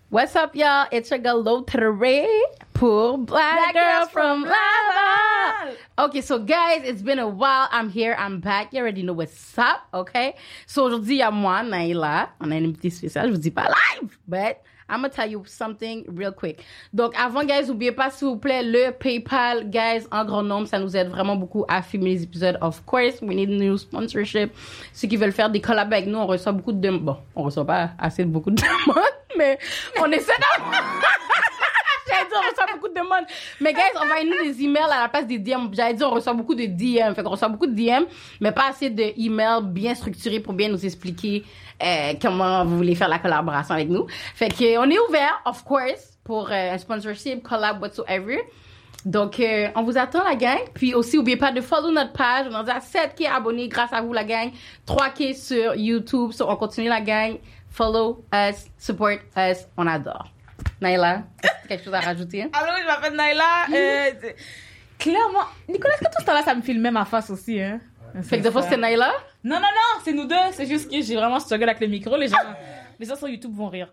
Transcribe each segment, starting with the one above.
What's up, y'all? It's your girl Loterie pour Black Girl from Laval. Okay, so guys, it's been a while. I'm here. I'm back. You already know what's up, okay? So aujourd'hui, il y a moi, Naila. On a une invitée spéciale. Je vous dis pas live, but I'm gonna tell you something real quick. Donc, avant, guys, n'oubliez pas, s'il vous plaît, le PayPal, guys, en grand nombre. Ça nous aide vraiment beaucoup à filmer les épisodes. Of course, we need new sponsorship. Ceux qui veulent faire des collabs avec nous, on reçoit beaucoup de demandes. Bon, on reçoit pas assez de beaucoup de demandes, mais on essaie de... J'allais dire, on reçoit beaucoup de demandes. Mais guys, envoyez-nous des emails à la place des DM. J'allais dire, on reçoit beaucoup de DM. Fait qu'on reçoit beaucoup de DM, mais pas assez de emails bien structurés pour bien nous expliquer comment vous voulez faire la collaboration avec nous. Fait qu'on est ouvert, of course, pour un sponsorship, collab, whatsoever. Donc, on vous attend, la gang. Puis aussi, n'oubliez pas de follow notre page. On est à 7K abonnés grâce à vous, la gang. 3K sur YouTube. So, on continue, la gang. Follow us, support us. On adore. Naila, est-ce que tu as quelque chose à rajouter? Allô, je m'appelle Naila. Clairement, Nicolas, est-ce que tout ce temps-là, ça me filmait ma face aussi, hein? Fait que de fois, c'était Naila? Non, c'est nous deux. C'est juste que j'ai vraiment struggle avec le micro. Les gens sur YouTube vont rire.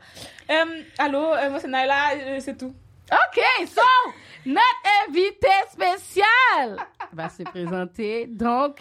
Allô, moi, c'est Naila, c'est tout. OK, so, notre invité spécial va se présenter, donc...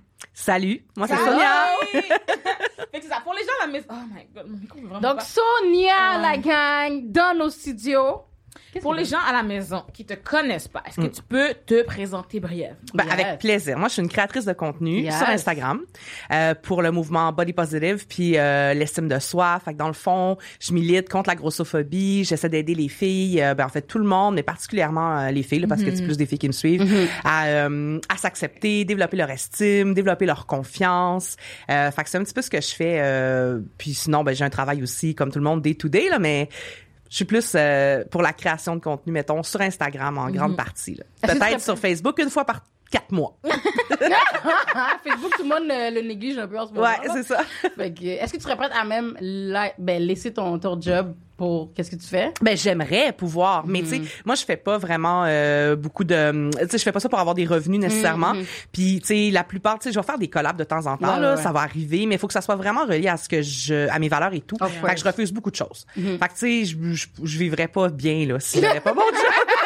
Salut, moi c'est Sonia. Fait que c'est ça, pour les gens à la maison... Oh my God, mon micro veut vraiment Donc, pas... Sonia, la gang, dans nos studios. Pour les gens à la maison qui te connaissent pas, est-ce que tu peux te présenter brièvement? Ben, avec plaisir. Moi, je suis une créatrice de contenu sur Instagram pour le mouvement Body Positive puis l'estime de soi. Fait que dans le fond, je milite contre la grossophobie. J'essaie d'aider les filles, en fait tout le monde, mais particulièrement les filles, là, parce que c'est plus des filles qui me suivent, à s'accepter, développer leur estime, développer leur confiance. Fait que c'est un petit peu ce que je fais. Puis sinon, ben j'ai un travail aussi, comme tout le monde, day to day, là, mais je suis plus pour la création de contenu, mettons, sur Instagram en grande partie. Là. Peut-être sur Facebook une fois par 4 mois. Facebook, tout le monde le néglige un peu en ce moment. Ouais, c'est ça. Fait que, est-ce que tu serais prête à même laisser ton job pour qu'est-ce que tu fais? Ben j'aimerais pouvoir, mais tu sais, moi je fais pas vraiment beaucoup de, tu sais, je fais pas ça pour avoir des revenus nécessairement. Puis tu sais, la plupart, tu sais, je vais faire des collabs de temps en temps, là, ça va arriver, mais il faut que ça soit vraiment relié à ce que à mes valeurs et tout. Fait que je refuse beaucoup de choses. Fait que tu sais, je vivrais pas bien là si j'avais pas mon job.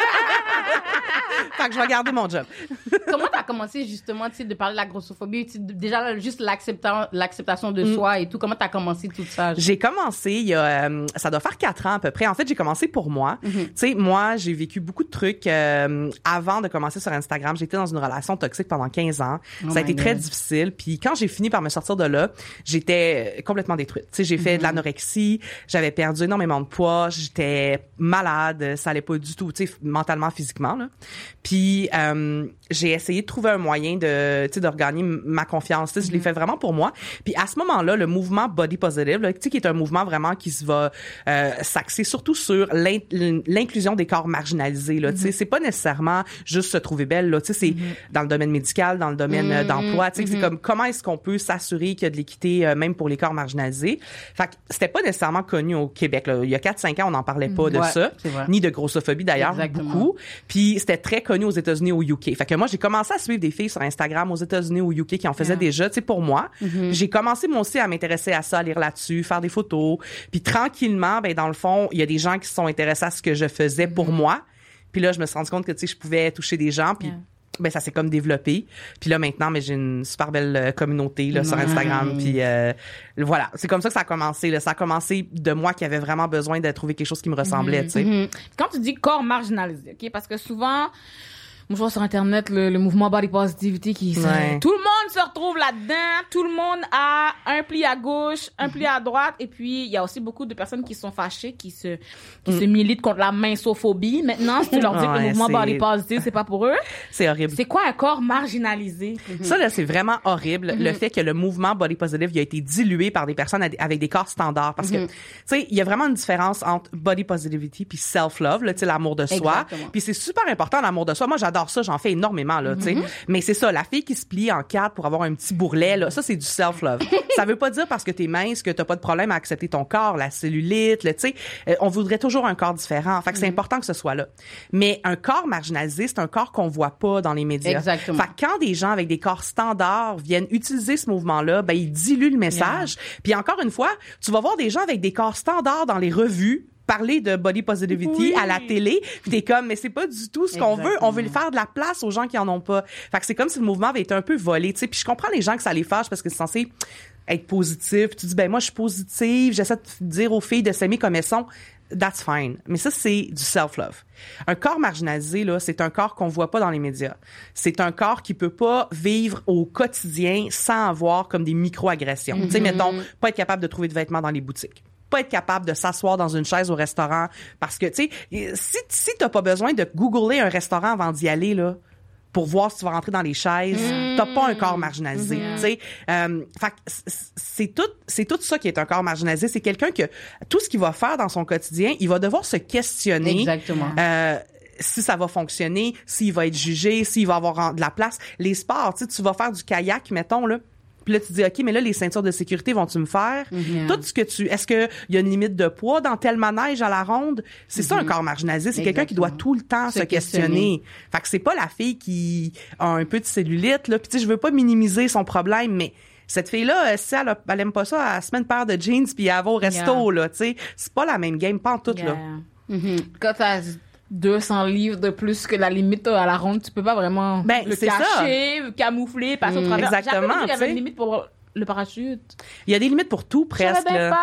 Fait que je vais garder mon job. Comment t'as commencé justement, tu sais, de parler de la grossophobie, déjà là, juste l'acceptation de soi et tout. Comment t'as commencé tout ça? J'ai commencé il y a, ça doit faire 4 ans à peu près. En fait, j'ai commencé pour moi. Tu sais, moi, j'ai vécu beaucoup de trucs avant de commencer sur Instagram. J'étais dans une relation toxique pendant 15 ans. Ça a été très difficile. Puis quand j'ai fini par me sortir de là, j'étais complètement détruite. Tu sais, j'ai fait de l'anorexie. J'avais perdu énormément de poids. J'étais malade. Ça allait pas du tout, tu sais, mentalement, physiquement, là. Puis j'ai essayé de trouver un moyen de, tu sais, de regagner ma confiance. Tu sais, je l'ai fait vraiment pour moi. Puis à ce moment-là, le mouvement Body Positive, là, tu sais, qui est un mouvement vraiment qui se va s'axer surtout sur l'inclusion des corps marginalisés. Là, tu sais, c'est pas nécessairement juste se trouver belle. Là, tu sais, c'est dans le domaine médical, dans le domaine d'emploi. Tu sais, c'est comme comment est-ce qu'on peut s'assurer qu'il y a de l'équité même pour les corps marginalisés. Fait que c'était pas nécessairement connu au Québec. Là. Il y a 4-5 ans, on n'en parlait pas de ça, ni de grossophobie d'ailleurs, beaucoup. Puis c'était très connu aux États-Unis, au UK. Fait que moi, j'ai commencé à suivre des filles sur Instagram aux États-Unis, au UK, qui en faisaient déjà, tu sais, pour moi. J'ai commencé, moi aussi, à m'intéresser à ça, à lire là-dessus, faire des photos. Puis tranquillement, ben dans le fond, il y a des gens qui se sont intéressés à ce que je faisais pour moi. Puis là, je me suis rendu compte que, tu sais, je pouvais toucher des gens. Puis ben ça s'est comme développé. Puis là, maintenant, mais j'ai une super belle communauté là sur Instagram. Puis voilà, c'est comme ça que ça a commencé. Là. Ça a commencé de moi qui avait vraiment besoin de trouver quelque chose qui me ressemblait, tu sais. Quand tu dis corps marginalisé, OK? Parce que souvent... Moi, je vois sur Internet le mouvement Body Positivity qui... Tout le monde se retrouve là-dedans. Tout le monde a un pli à gauche, un pli à droite. Et puis, il y a aussi beaucoup de personnes qui sont fâchées, qui se militent contre la minsophobie. Maintenant, si tu leur dis que le mouvement Body Positive, c'est pas pour eux. C'est horrible. C'est quoi un corps marginalisé? Ça, là, c'est vraiment horrible. Le fait que le mouvement Body Positive, il a été dilué par des personnes avec des corps standards. Parce que, tu sais, il y a vraiment une différence entre Body Positivity puis self-love, là, tu sais, l'amour de soi. Puis c'est super important, l'amour de soi. Moi, j'adore ça, j'en fais énormément, là, tu sais. Mais c'est ça, la fille qui se plie en 4 pour avoir un petit bourrelet, là, ça, c'est du self-love. Ça veut pas dire parce que t'es mince que t'as pas de problème à accepter ton corps, la cellulite, tu sais. On voudrait toujours un corps différent. Fait que c'est important que ce soit là. Mais un corps marginalisé, c'est un corps qu'on voit pas dans les médias. Exactement. Fait que quand des gens avec des corps standards viennent utiliser ce mouvement-là, ben, ils diluent le message. Puis encore une fois, tu vas voir des gens avec des corps standards dans les revues, parler de body positivity à la télé, puis t'es comme, mais c'est pas du tout ce qu'on veut. On veut lui faire de la place aux gens qui en ont pas. Fait que c'est comme si le mouvement avait été un peu volé, tu sais. Puis je comprends les gens que ça les fâche parce que c'est censé être positif. Puis tu dis, ben moi, je suis positive, j'essaie de dire aux filles de s'aimer comme elles sont. That's fine. Mais ça, c'est du self-love. Un corps marginalisé, là, c'est un corps qu'on voit pas dans les médias. C'est un corps qui peut pas vivre au quotidien sans avoir comme des micro-agressions. Tu sais, mettons, pas être capable de trouver de vêtements dans les boutiques. Pas être capable de s'asseoir dans une chaise au restaurant. Parce que, tu sais, si t'as pas besoin de googler un restaurant avant d'y aller, là, pour voir si tu vas rentrer dans les chaises, t'as pas un corps marginalisé, tu sais. Fait que c'est tout ça qui est un corps marginalisé. C'est quelqu'un que tout ce qu'il va faire dans son quotidien, il va devoir se questionner. Exactement. Si ça va fonctionner, s'il va être jugé, s'il va avoir de la place. Les sports, tu vas faire du kayak, mettons, là. Puis là, tu dis, OK, mais là, les ceintures de sécurité vont-tu me faire? Tout ce que est-ce que il y a une limite de poids dans tel manège à la ronde? C'est ça, un corps marginalisé. C'est quelqu'un qui doit tout le temps se questionner. Fait que c'est pas la fille qui a un peu de cellulite, là. Puis tu sais, je veux pas minimiser son problème, mais cette fille-là, si elle aime pas ça, elle se met une paire de jeans puis elle va au resto, là, tu sais. C'est pas la même game, pas en tout, là. Quand t'as 200 livres de plus que la limite à la ronde, tu peux pas vraiment le cacher, camoufler, passer au travers. Exactement. Il y avait une limite pour le parachute. Il y a des limites pour tout, presque.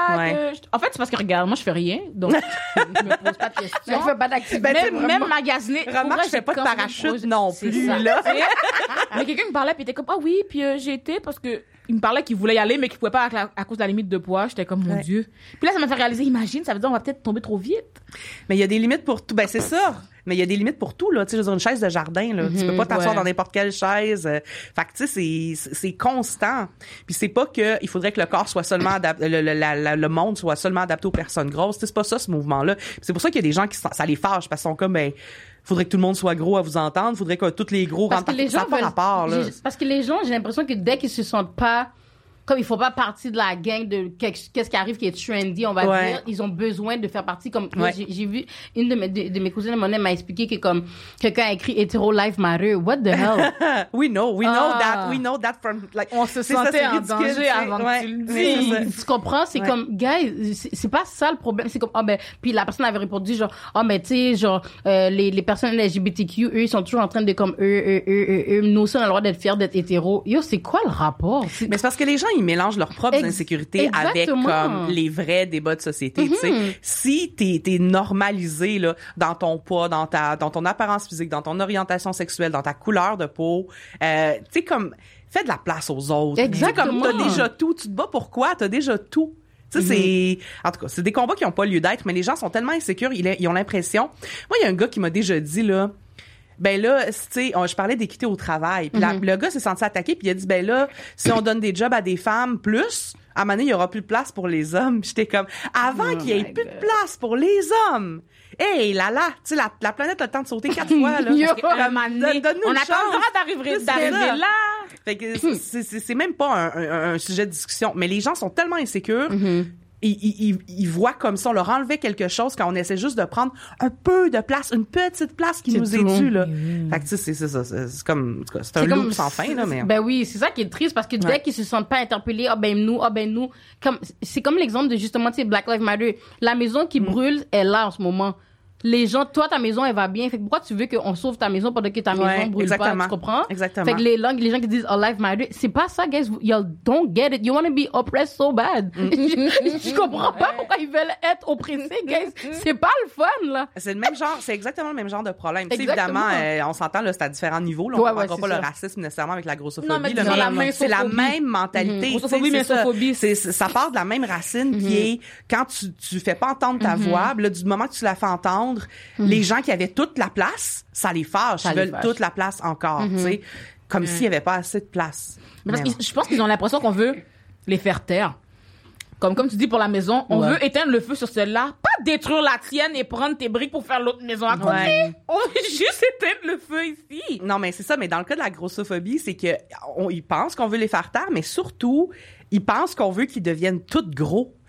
En fait, c'est parce que, regarde, moi, je fais rien, donc je me pose pas de questions. Je fais pas d'activité. Même magasiner. Remarque, je fais pas de parachute non plus, là. Mais quelqu'un me parlait, puis il était comme, ah oui, puis j'ai été parce que il me parlait qu'il voulait y aller, mais qu'il pouvait pas à cause de la limite de poids. J'étais comme, mon Dieu. Puis là, ça m'a fait réaliser, imagine, ça veut dire on va peut-être tomber trop vite. Mais il y a des limites pour tout. Ben, c'est ça. Mais il y a des limites pour tout, là. Tu sais, je veux dire, une chaise de jardin, là. Tu peux pas t'asseoir dans n'importe quelle chaise. Fait que, tu sais, c'est constant. Puis c'est pas que il faudrait que le corps soit seulement le monde soit seulement adapté aux personnes grosses. Tu sais, c'est pas ça, ce mouvement-là. Puis c'est pour ça qu'il y a des gens qui ça les fâche parce qu'ils sont comme, ben, faudrait que tout le monde soit gros à vous entendre. Faudrait que tous les gros rentrent par ça n'a pas rapport, là. Parce que les gens, j'ai l'impression que dès qu'ils se sentent pas comme ils font pas partie de la gang de qu'est-ce qui arrive qui est trendy, on va dire, ils ont besoin de faire partie comme moi, j'ai vu une de mes cousines m'a expliqué que comme quelqu'un a écrit hétéro life matter. What the hell? we know that from like on se sentait en danger avant que tu le dises. Tu comprends, c'est comme guys, c'est pas ça le problème, c'est comme puis la personne avait répondu genre tu sais genre les personnes LGBTQ eux ils sont toujours en train de comme eux nous aussi on a le droit d'être fiers d'être hétéro. Yo, c'est quoi le rapport? Mais c'est parce que les gens ils mélangent leurs propres insécurités avec comme les vrais débats de société, tu sais. Si t'es normalisé là dans ton poids, dans ton apparence physique, dans ton orientation sexuelle, dans ta couleur de peau, tu sais comme fais de la place aux autres. Exactement. Comme t'as déjà tout, tu te bats pourquoi? T'as déjà tout. Tu sais, c'est, en tout cas, c'est des combats qui ont pas lieu d'être, mais les gens sont tellement insécures, ils ont l'impression. Moi, il y a un gars qui m'a déjà dit là. Ben là, tu sais, je parlais d'équité au travail. Puis le gars s'est senti attaqué, puis il a dit, ben là, si on donne des jobs à des femmes plus, à un moment donné, il y aura plus de place pour les hommes. Puis j'étais comme, avant qu'il y ait plus de place pour les hommes, hey, là, tu sais, la planète a le temps de sauter 4 fois, là. Donne-nous on attendra d'arriver là. Fait que c'est même pas un sujet de discussion. Mais les gens sont tellement insécures. Ils voient comme si on leur enlevait quelque chose quand on essaie juste de prendre un peu de place, une petite place qui nous est due, là. Fait que tu sais, c'est ça. C'est comme, c'est un loop sans fin, là, mais. Ben oui, c'est ça qui est triste parce que dès qu'ils se sentent pas interpellés, nous. Comme, c'est comme l'exemple de justement, tu sais, Black Lives Matter. La maison qui brûle est là en ce moment. Les gens, toi, ta maison, elle va bien. Fait que pourquoi tu veux qu'on sauve ta maison pendant que ta maison brûle pas? Tu comprends? Exactement. Fait que les gens qui disent, life matter, c'est pas ça, guys. You don't get it. You want to be oppressed so bad. Je comprends pas pourquoi ils veulent être oppressés, guys. C'est pas le fun, là. C'est le même genre, c'est exactement le même genre de problème. Tu sais, évidemment, on s'entend, là, c'est à différents niveaux, là. On comprendra pas le racisme nécessairement avec la grossophobie, là. C'est la même mentalité. Grossophobie, messophobie. Ça part de la même racine qui est, quand tu fais pas entendre ta voix, là, du moment que tu la fais entendre, les gens qui avaient toute la place, ça les fâche. Ils veulent toute la place encore, tu sais. Comme s'il y avait pas assez de place. Mais parce que je pense qu'ils ont l'impression qu'on veut les faire taire. Comme tu dis pour la maison, on veut éteindre le feu sur celle-là, pas détruire la tienne et prendre tes briques pour faire l'autre maison à côté. On veut juste éteindre le feu ici. Non, mais c'est ça. Mais dans le cas de la grossophobie, c'est que ils pensent qu'on veut les faire taire, mais surtout, ils pensent qu'on veut qu'ils deviennent tous gros.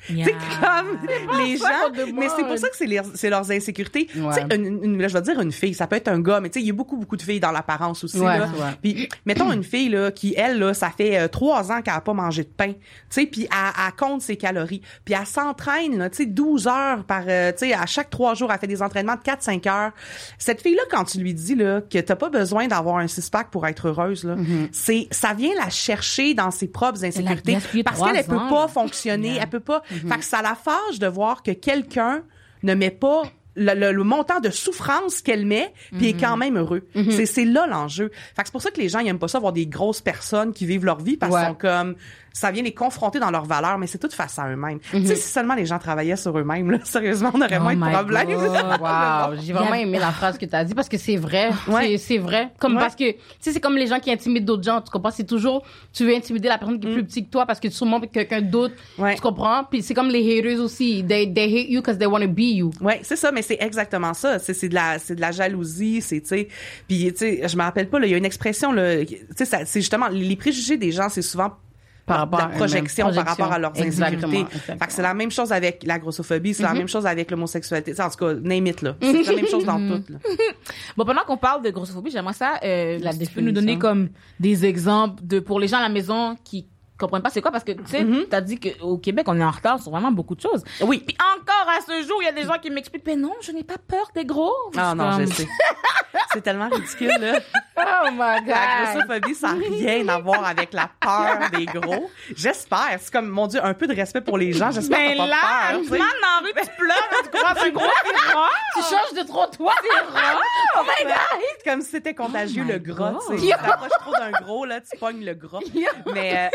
Tu sais, comme les gens... Mais c'est pour ça que c'est leurs insécurités. Ouais. Tu sais, là, je vais dire une fille, ça peut être un gars, mais tu sais, il y a beaucoup de filles dans l'apparence aussi. Ouais, là. ouais. Puis, mettons une fille là, qui, elle, là, ça fait 3 ans qu'elle a pas mangé de pain. Tu sais, puis elle compte ses calories. Puis elle s'entraîne, là, tu sais, 12 heures par... tu sais, à chaque 3 jours, elle fait des entraînements de 4-5 heures. Cette fille-là, quand tu lui dis là, que t'as pas besoin d'avoir un six-pack pour être heureuse, là, ça vient la chercher dans ses propres insécurités. Parce qu'elle peut pas fonctionner, elle peut pas... Fait que ça la fâche de voir que quelqu'un ne met pas le montant de souffrance qu'elle met, puis est quand même heureux. C'est là l'enjeu. Fait que c'est pour ça que les gens ils aiment pas ça voir des grosses personnes qui vivent leur vie parce qu'ils sont comme ça vient les confronter dans leurs valeurs, mais c'est tout face à eux-mêmes. Tu sais, si seulement les gens travaillaient sur eux-mêmes, là, sérieusement, on aurait moins de problèmes. Wow, j'ai vraiment aimé la phrase que tu as dit parce que c'est vrai. Ouais. C'est vrai. Comme parce que, tu sais, c'est comme les gens qui intimident d'autres gens, tu comprends? C'est toujours, tu veux intimider la personne qui est plus petite que toi parce que sûrement quelqu'un d'autre, tu comprends? Puis c'est comme les haters aussi. They hate you because they want to be you. Ouais, c'est ça, mais c'est exactement ça. C'est de la jalousie, c'est, tu sais. Puis, tu sais, je me rappelle pas, là, il y a une expression, là, tu sais, c'est justement, les préjugés des gens, c'est souvent par rapport la projection par rapport à leurs insécurités. Fait que c'est la même chose avec la grossophobie, c'est la même chose avec l'homosexualité. En tout cas, name it, là. C'est la même chose dans tout, là. Bon, pendant qu'on parle de grossophobie, j'aimerais ça, tu peux nous donner définition. comme des exemples pour les gens à la maison qui comprennent pas c'est quoi parce que tu sais t'as dit qu'au Québec on est en retard sur vraiment beaucoup de choses. Oui. Puis encore à ce jour il y a des gens qui m'expliquent mais non je n'ai pas peur des gros. Ah non je sais. C'est tellement ridicule là. Oh my God. La grossophobie ça n'a rien à voir avec la peur des gros. J'espère. C'est comme mon Dieu un peu de respect pour les gens. J'espère Mais que t'as là pas peur. une semaine dans la rue tu pleures tu crois un gros Tu changes de trottoir. Oh my God! Comme si c'était contagieux le gras, tu sais. Tu t'approches trop d'un gros, là, tu pognes le gras. Mais,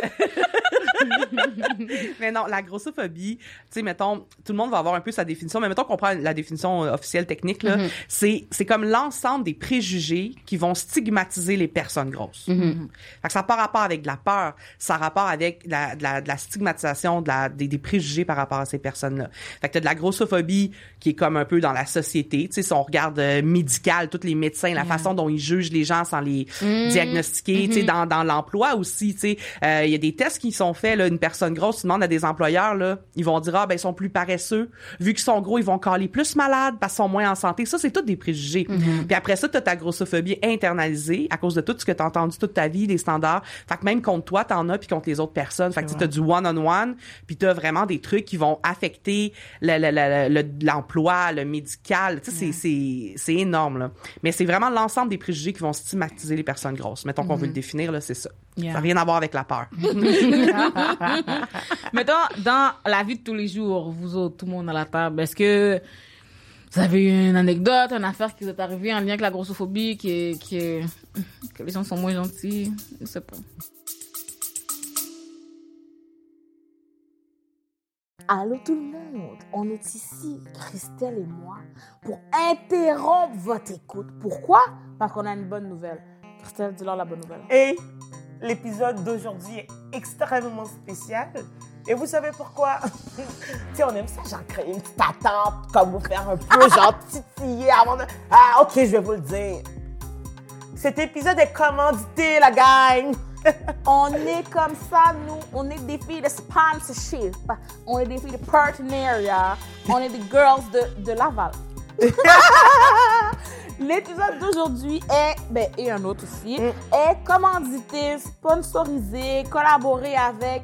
mais non, la grossophobie, tu sais, mettons, tout le monde va avoir un peu sa définition, mais mettons qu'on prend la définition officielle technique, là, c'est comme l'ensemble des préjugés qui vont stigmatiser les personnes grosses. Fait que ça n'a pas rapport avec de la peur, ça a rapport avec de la stigmatisation, des préjugés par rapport à ces personnes-là. Fait que t'as de la grossophobie qui est comme un peu dans la société, tu sais, si on regarde médical, tous les médecins, la façon dont ils jugent les gens sans les diagnostiquer, tu sais, dans l'emploi aussi, tu sais, il y a des tests qui sont faits, là, une personne grosse, tu demandes à des employeurs, là, ils vont dire, ils sont plus paresseux, vu qu'ils sont gros, ils vont caler plus malades parce qu'ils sont moins en santé. Ça, c'est tous des préjugés. Puis après ça, t'as ta grossophobie internalisée à cause de tout ce que t'as entendu toute ta vie, des standards. Fait que même contre toi, t'en as, puis contre les autres personnes. Fait que t'as du one-on-one, puis t'as vraiment des trucs qui vont affecter l'emploi, le médical. Tu sais, c'est énorme, là. Mais c'est vraiment l'ensemble des préjugés qui vont stigmatiser les personnes grosses. Mettons qu'on veut le définir, là, c'est ça. Ça n'a rien à voir avec la peur. Mettons, dans la vie de tous les jours, vous autres, tout le monde à la table, est-ce que vous avez une anecdote, une affaire qui vous est arrivée en lien avec la grossophobie, que les gens sont moins gentils? Je sais pas. Allô tout le monde, on est ici, Christelle et moi, pour interrompre votre écoute. Pourquoi? Parce qu'on a une bonne nouvelle. Christelle, dis-leur la bonne nouvelle. Et l'épisode d'aujourd'hui est extrêmement spécial. Et vous savez pourquoi? Tu sais, on aime ça, genre créer une petite attente, comme vous faire un peu genre titiller avant de... Ah, ok, je vais vous le dire. Cet épisode est commandité, la gang! On est comme ça, nous. On est des filles de sponsorship. On est des filles de partenariat. On est des girls de Laval. L'épisode d'aujourd'hui et un autre aussi, est commandité, sponsorisé, collaboré avec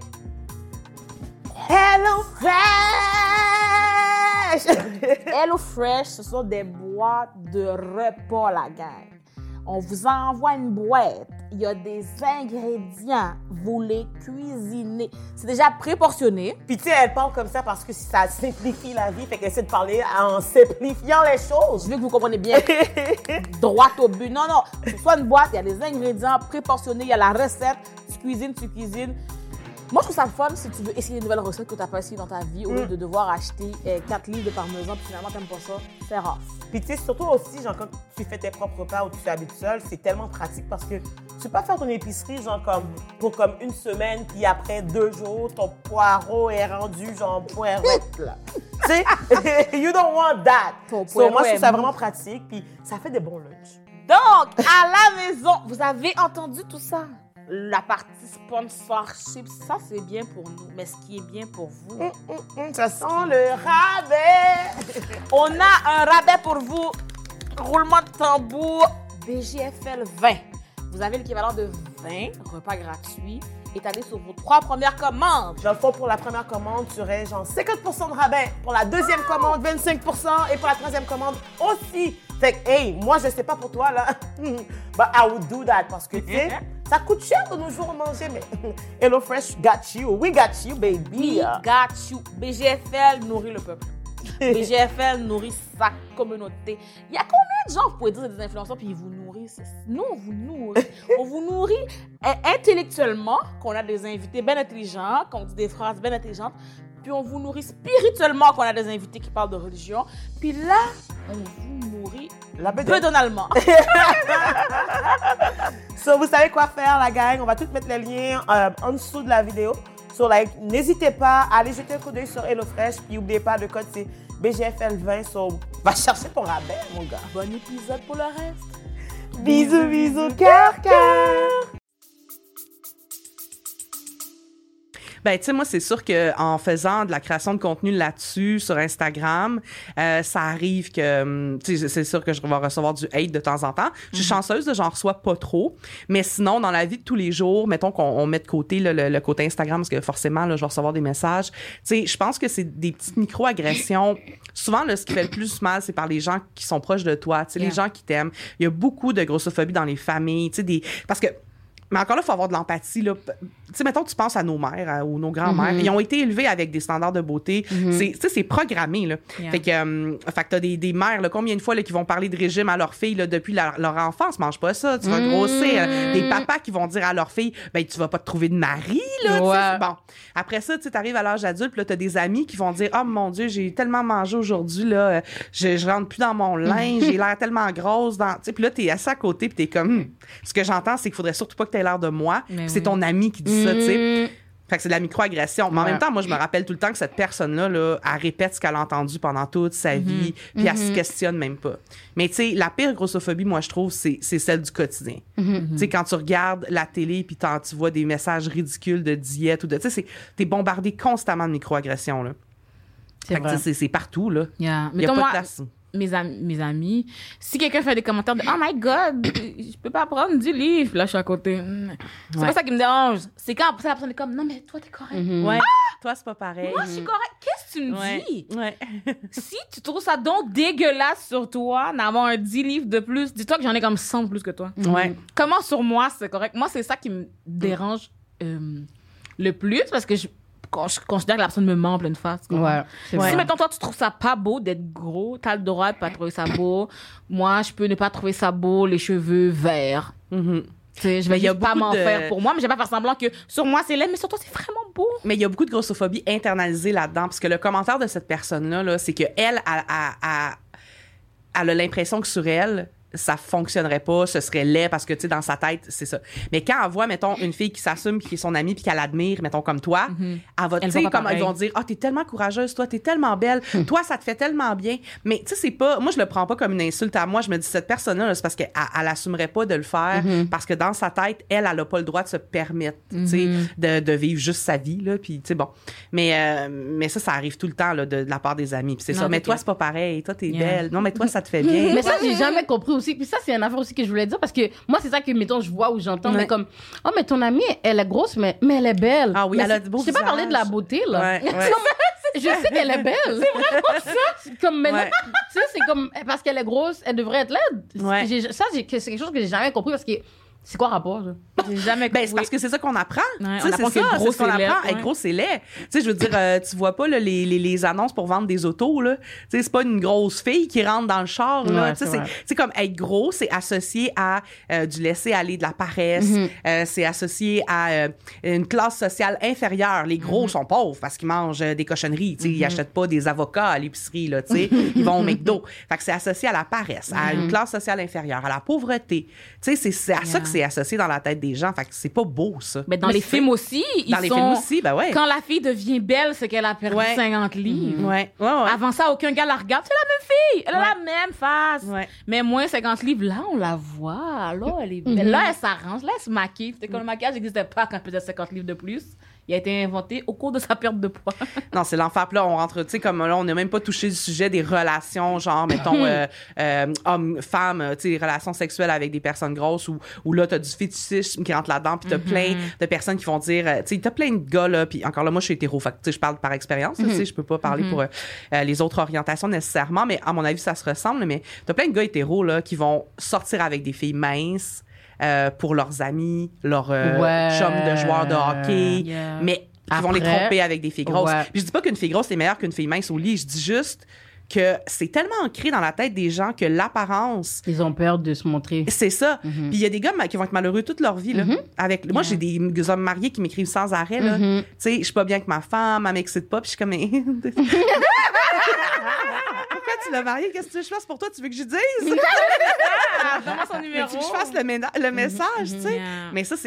HelloFresh. HelloFresh, ce sont des boîtes de repas, la gang. On vous envoie une boîte. Il y a des ingrédients. Vous les cuisinez. C'est déjà préportionné. Puis tu sais, elle parle comme ça parce que ça simplifie la vie. Fait qu'elle essaie de parler en simplifiant les choses. Je veux que vous compreniez bien. Droit au but. Non. C'est soit une boîte, il y a des ingrédients préportionnés, il y a la recette. Tu cuisines. Moi, je trouve ça fun si tu veux essayer une nouvelle recette que tu n'as pas essayé dans ta vie au lieu de devoir acheter 4 livres de parmesan puis finalement, tu n'aimes pas ça. C'est rare. Puis tu sais, surtout aussi, genre, quand tu fais tes propres repas ou tu habites seul, c'est tellement pratique parce que tu peux pas faire ton épicerie, genre, pour une semaine, puis après 2 jours, ton poireau est rendu, genre, poireautte, là. Tu sais, you don't want that. So, moi, je trouve ça vraiment pratique, puis ça fait des bons lunchs. Donc, à la maison, vous avez entendu tout ça? la partie sponsorship, ça, c'est bien pour nous. Mais ce qui est bien pour vous... Ça sent le rabais. On a un rabais pour vous. Roulement de tambour. BGFL 20. Vous avez l'équivalent de 20 repas gratuits étalés sur vos 3 premières commandes. Dans le fond, pour la première commande, tu aurais genre 50% de rabais. Pour la deuxième commande, 25%. Et pour la troisième commande aussi. Fait que, hey, moi, je sais pas pour toi, là. But I would do that parce que, tu sais, ça coûte cher de nos jours manger, mais HelloFresh got you. We got you, baby. We got you. BGFL nourrit le peuple. BGFL nourrit sa communauté. Il y a combien de gens, vous pouvez dire, des influenceurs, puis ils vous nourrissent? Nous, on vous nourrit. On vous nourrit intellectuellement, qu'on a des invités bien intelligents, qu'on dit des phrases bien intelligentes, puis on vous nourrit spirituellement, qu'on a des invités qui parlent de religion, puis là, on vous nourrit bedonalement. So, vous savez quoi faire, la gang? On va tout mettre les liens en dessous de la vidéo. So, like, n'hésitez pas à aller jeter un coup d'œil sur HelloFresh. Puis, n'oubliez pas, le code, c'est BGFL20. So, va chercher ton rabais, mon gars. Bon épisode pour le reste. Bisous, bisous, cœur, cœur. Ben, tu sais, moi, c'est sûr qu'en faisant de la création de contenu là-dessus, sur Instagram, ça arrive que, tu sais, c'est sûr que je vais recevoir du hate de temps en temps. Je suis chanceuse, j'en reçois pas trop. Mais sinon, dans la vie de tous les jours, mettons qu'on met de côté là, le côté Instagram, parce que forcément, là, je vais recevoir des messages. Tu sais, je pense que c'est des petites micro-agressions. Souvent, là, ce qui fait le plus mal, c'est par les gens qui sont proches de toi, tu sais, les gens qui t'aiment. Il y a beaucoup de grossophobie dans les familles, tu sais, parce que mais encore là, il faut avoir de l'empathie. Tu sais, mettons, tu penses à nos mères ou nos grands-mères. Ils ont été élevés avec des standards de beauté. C'est programmé. Là. Fait que t'as des mères, là, combien de fois là, qui vont parler de régime à leurs filles là, depuis leur enfance? Mange pas ça, tu vas grossir. Des papas qui vont dire à leurs filles, ben tu vas pas te trouver de mari. Là, bon. Après ça, tu arrives à l'âge adulte, puis là, t'as des amis qui vont dire, oh mon Dieu, j'ai tellement mangé aujourd'hui, là, je rentre plus dans mon linge, j'ai l'air tellement grosse. Puis là, t'es assis à côté, puis t'es comme, ce que j'entends, c'est qu'il faudrait surtout pas que t'aies l'air de moi. C'est ton ami qui dit ça, tu sais. Fait que c'est de la micro-agression. Mais en même temps, moi, je me rappelle tout le temps que cette personne-là, là, elle répète ce qu'elle a entendu pendant toute sa vie, puis elle se questionne même pas. Mais tu sais, la pire grossophobie, moi, je trouve, c'est celle du quotidien. Tu sais, quand tu regardes la télé, puis tu vois des messages ridicules de diète ou de... Tu sais, t'es bombardé constamment de micro-agressions, là. Fait que c'est partout, là. Il y a pas de place. Mes amis, si quelqu'un fait des commentaires de « Oh my God, je peux pas prendre du livre », là, je suis à côté. C'est pas ça qui me dérange. C'est quand la personne est comme « Non, mais toi, t'es correct. Ouais. Toi, c'est pas pareil. Moi, je suis correct. Qu'est-ce que tu me dis? Si tu trouves ça donc dégueulasse sur toi d'avoir un 10 livres de plus, dis-toi que j'en ai comme 100 de plus que toi. Comment sur moi, c'est correct? Moi, c'est ça qui me dérange le plus, parce que je considère que la personne me ment en pleine face. Si, mettons, toi, tu trouves ça pas beau d'être gros, t'as le droit de pas trouver ça beau. Moi, je peux ne pas trouver ça beau, les cheveux verts. Je vais pas m'en faire pour moi, mais je vais pas faire semblant que sur moi, c'est laid, mais sur toi, c'est vraiment beau. Mais il y a beaucoup de grossophobie internalisée là-dedans, parce que le commentaire de cette personne-là, là, c'est qu'elle, elle a l'impression que sur elle, ça fonctionnerait pas, ce serait laid parce que, tu sais, dans sa tête, c'est ça. Mais quand elle voit, mettons, une fille qui s'assume, qui est son amie, puis qu'elle admire, mettons, comme toi, elle va, tu sais, comme ils vont dire, « Ah, t'es tellement courageuse, toi, t'es tellement belle, toi, ça te fait tellement bien. » Mais, tu sais, c'est pas, moi, je le prends pas comme une insulte à moi, je me dis, cette personne-là, là, c'est parce qu'elle assumerait pas de le faire, parce que dans sa tête, elle a pas le droit de se permettre, tu sais, de vivre juste sa vie, là, puis, tu sais, bon. Mais ça arrive tout le temps, là, de la part des amis, puis c'est ça. Mais toi, c'est pas pareil, toi, t'es belle. Non, mais toi, ça te fait bien. Mais ça, j'ai jamais compris aussi. Puis ça, c'est une affaire aussi que je voulais dire parce que moi, c'est ça que, mettons, je vois ou j'entends. Mais comme, oh, mais ton amie, elle est grosse, mais elle est belle. Ah oui, mais elle a de beaux Je t'ai pas parlé de la beauté, là. Je sais qu'elle est belle. C'est vraiment ça. Comme maintenant, tu sais, c'est comme, parce qu'elle est grosse, elle devrait être laide. Ça, c'est quelque chose que j'ai jamais compris parce que c'est quoi le rapport, ça? J'ai jamais compris. Ben, c'est parce que c'est ça qu'on apprend. On apprend c'est que gros, ce qu'on apprend. Être gros, c'est laid. Tu sais, je veux dire, tu vois pas là, les annonces pour vendre des autos, là. Tu sais, c'est pas une grosse fille qui rentre dans le char, là. Tu sais, c'est comme être gros, c'est associé à du laisser aller, de la paresse. C'est associé à une classe sociale inférieure. Les gros sont pauvres parce qu'ils mangent des cochonneries. Tu sais, ils achètent pas des avocats à l'épicerie, là. Tu sais, ils vont au McDo. Fait que c'est associé à la paresse, à une classe sociale inférieure, à la pauvreté. Tu sais, c'est à ça que c'est associé dans la tête des des gens. Fait que c'est pas beau, ça. Mais dans les films aussi, dans les films aussi, ben ouais. Quand la fille devient belle, c'est qu'elle a perdu 50 livres. Ouais. Avant ça, aucun gars la regarde. C'est la même fille. Elle a la même face. Ouais. Mais moins 50 livres, là, on la voit. Là, elle est belle. Là, elle s'arrange. Là, elle se maquille. C'était comme le maquillage n'existait pas quand elle faisait 50 livres de plus. Il a été inventé au cours de sa perte de poids. Non, c'est l'enfer. Puis là, on rentre, tu sais, comme là, on n'a même pas touché le sujet des relations, genre, mettons, homme-femme, tu sais, relations sexuelles avec des personnes grosses ou là, t'as du fétichisme qui rentre là-dedans, puis t'as plein de personnes qui vont dire, tu sais, t'as plein de gars, là, puis encore là, moi, je suis hétéro, fait que, tu sais, je parle par expérience, tu sais, je peux pas parler pour les autres orientations nécessairement, mais à mon avis, ça se ressemble, mais t'as plein de gars hétéros, là, qui vont sortir avec des filles minces, pour leurs amis, leurs chums de joueurs de hockey, mais qui vont les tromper avec des filles grosses. Puis je dis pas qu'une fille grosse est meilleure qu'une fille mince au lit, je dis juste que c'est tellement ancré dans la tête des gens que l'apparence... Ils ont peur de se montrer. C'est ça. Puis il y a des gars qui vont être malheureux toute leur vie. Là, avec... Moi, j'ai des hommes mariés qui m'écrivent sans arrêt. Tu sais, je suis pas bien avec ma femme, elle m'excite pas, puis je suis comme... Pourquoi tu l'as marié? Qu'est-ce que je fasse pour toi? Tu veux que je dise? Donne-moi son numéro. Tu veux que je fasse le message, tu sais? Mais ça,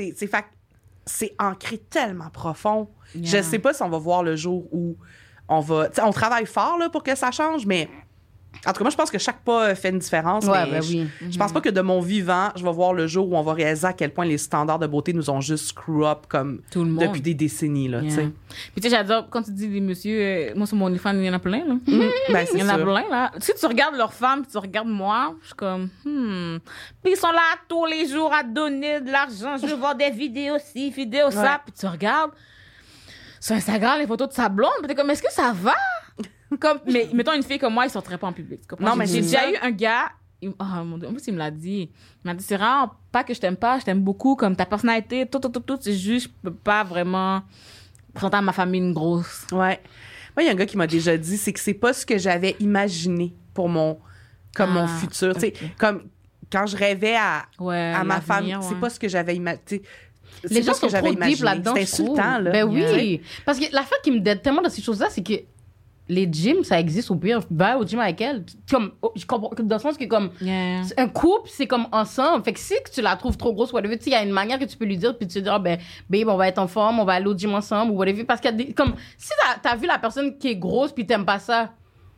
c'est ancré tellement profond. Je sais pas si on va voir le jour où on va... on travaille fort là, pour que ça change, mais... En tout cas, moi, je pense que chaque pas fait une différence. Mais je pense pas que de mon vivant, je vais voir le jour où on va réaliser à quel point les standards de beauté nous ont juste screw up comme tout le monde. Depuis des décennies. Là, Puis tu sais, j'adore, quand tu dis des messieurs, moi, sur mon OnlyFans, il y en a plein. Là. Ben, il y en a plein. Là. Si tu regardes leurs femmes, tu regardes moi, je suis comme, Puis ils sont là tous les jours à donner de l'argent. Je veux voir des vidéos ci, vidéos ça. Puis tu regardes sur Instagram les photos de sa blonde. Puis t'es comme, est-ce que ça va? Comme, mais mettons une fille comme moi, ils sortiraient pas en public. Non, mais j'ai déjà eu un gars, mon Dieu, en plus il me l'a dit. Il m'a dit, c'est vraiment pas que je t'aime pas, je t'aime beaucoup, comme ta personnalité, tout, c'est juste, je peux pas vraiment présenter à ma famille une grosse. Ouais. Moi, il y a un gars qui m'a déjà dit, c'est que c'est pas ce que j'avais imaginé pour mon futur. Tu sais, comme quand je rêvais à ma femme, c'est pas ce que j'avais imaginé. Les gens sont trop deep là-dedans. C'est insultant, là. Ben oui. Parce que l'affaire qui me déteste tellement de ces choses-là, c'est que les gyms, ça existe au pire. Va au gym avec elle. Comme, je comprends, dans le sens que, comme, un couple, c'est comme ensemble. Fait que si tu la trouves trop grosse, whatever, il y a une manière que tu peux lui dire, puis tu te dis, babe, on va être en forme, on va aller au gym ensemble, ou whatever. Parce qu'il y a des, comme, si t'as vu la personne qui est grosse, puis t'aimes pas ça,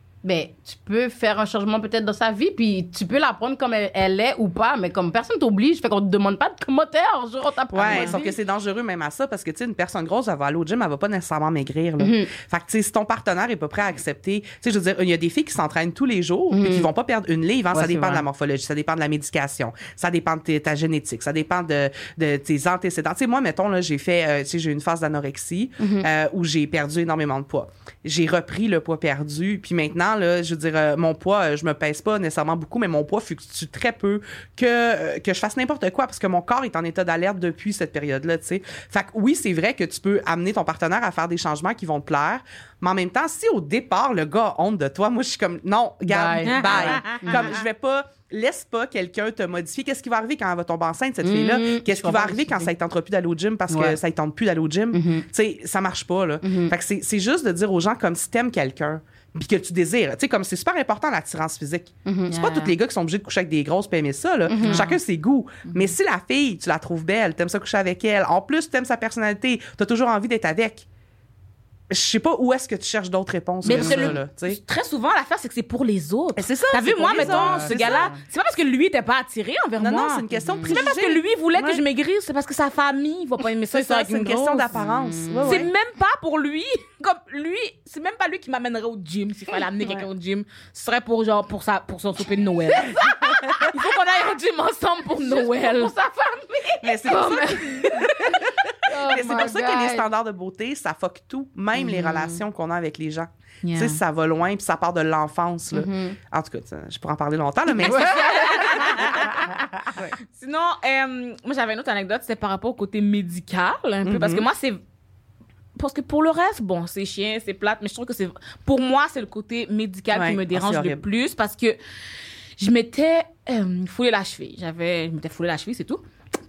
tu peux faire un changement peut-être dans sa vie, puis tu peux la prendre comme elle est ou pas, mais comme personne t'oblige, fait qu'on te demande pas de commentaires, genre on t'apprend. Ouais, sauf que c'est dangereux même à ça, parce que tu sais, une personne grosse, elle va aller au gym, elle va pas nécessairement maigrir, là. Fait que tu sais, si ton partenaire est pas prêt à accepter, tu sais, je veux dire, il y a des filles qui s'entraînent tous les jours, puis qui vont pas perdre une livre, ça dépend de la morphologie, ça dépend de la médication, ça dépend de ta génétique, ça dépend de tes antécédents. Tu sais, moi, mettons, là, j'ai fait, tu sais, j'ai eu une phase d'anorexie, où j'ai perdu énormément de poids. J'ai repris le poids perdu, puis maintenant, là, je veux dire, mon poids, je me pèse pas nécessairement beaucoup, mais mon poids fluctue très peu que je fasse n'importe quoi parce que mon corps est en état d'alerte depuis cette période-là, tu sais. Fait que oui, c'est vrai que tu peux amener ton partenaire à faire des changements qui vont te plaire, mais en même temps, si au départ, le gars a honte de toi, moi, je suis comme, non, garde, bye. Comme, je vais pas... Laisse pas quelqu'un te modifier. Qu'est-ce qui va arriver quand elle va tomber enceinte, cette fille-là? Qu'est-ce qui va arriver quand ça ne tente plus d'aller au gym parce que ça ne tente plus d'aller au gym? Tu sais, ça marche pas, là. Fait que c'est juste de dire aux gens comme si t'aimes quelqu'un puis que tu désires. Tu sais, comme c'est super important l'attirance physique. C'est pas tous les gars qui sont obligés de coucher avec des grosses puis aimer ça, là. Chacun ses goûts. Mais si la fille, tu la trouves belle, t'aimes ça coucher avec elle, en plus t'aimes sa personnalité, t'as toujours envie d'être avec, je sais pas où est-ce que tu cherches d'autres réponses. Mais que ça, là, très souvent, l'affaire, c'est que c'est pour les autres. Et c'est ça. T'as vu, moi, mettons, ce gars-là, ça. c'est pas parce que lui était pas attiré envers moi. Non, c'est une question de C'est même parce que lui voulait que je maigrisse, c'est parce que sa famille va pas aimer ça. C'est une question d'apparence. C'est même pas pour lui. Comme lui, c'est même pas lui qui m'amènerait au gym. S'il fallait amener quelqu'un au gym, ce serait pour genre pour son souper de Noël. Il faut qu'on aille au gym ensemble pour Noël. Pour sa famille. Mais c'est pour ça. Mais c'est pour ça que les standards de beauté, ça fuck tout, même les relations qu'on a avec les gens. Tu sais, ça va loin, puis ça part de l'enfance. Là. En tout cas, je pourrais en parler longtemps, là, mais... Sinon, moi, j'avais une autre anecdote, c'était par rapport au côté médical, un peu, parce que moi, c'est... Parce que pour le reste, bon, c'est chiant, c'est plate, mais je trouve que c'est... Pour moi, c'est le côté médical qui me dérange le plus, parce que je m'étais foulé la cheville. Je m'étais foulé la cheville, c'est tout.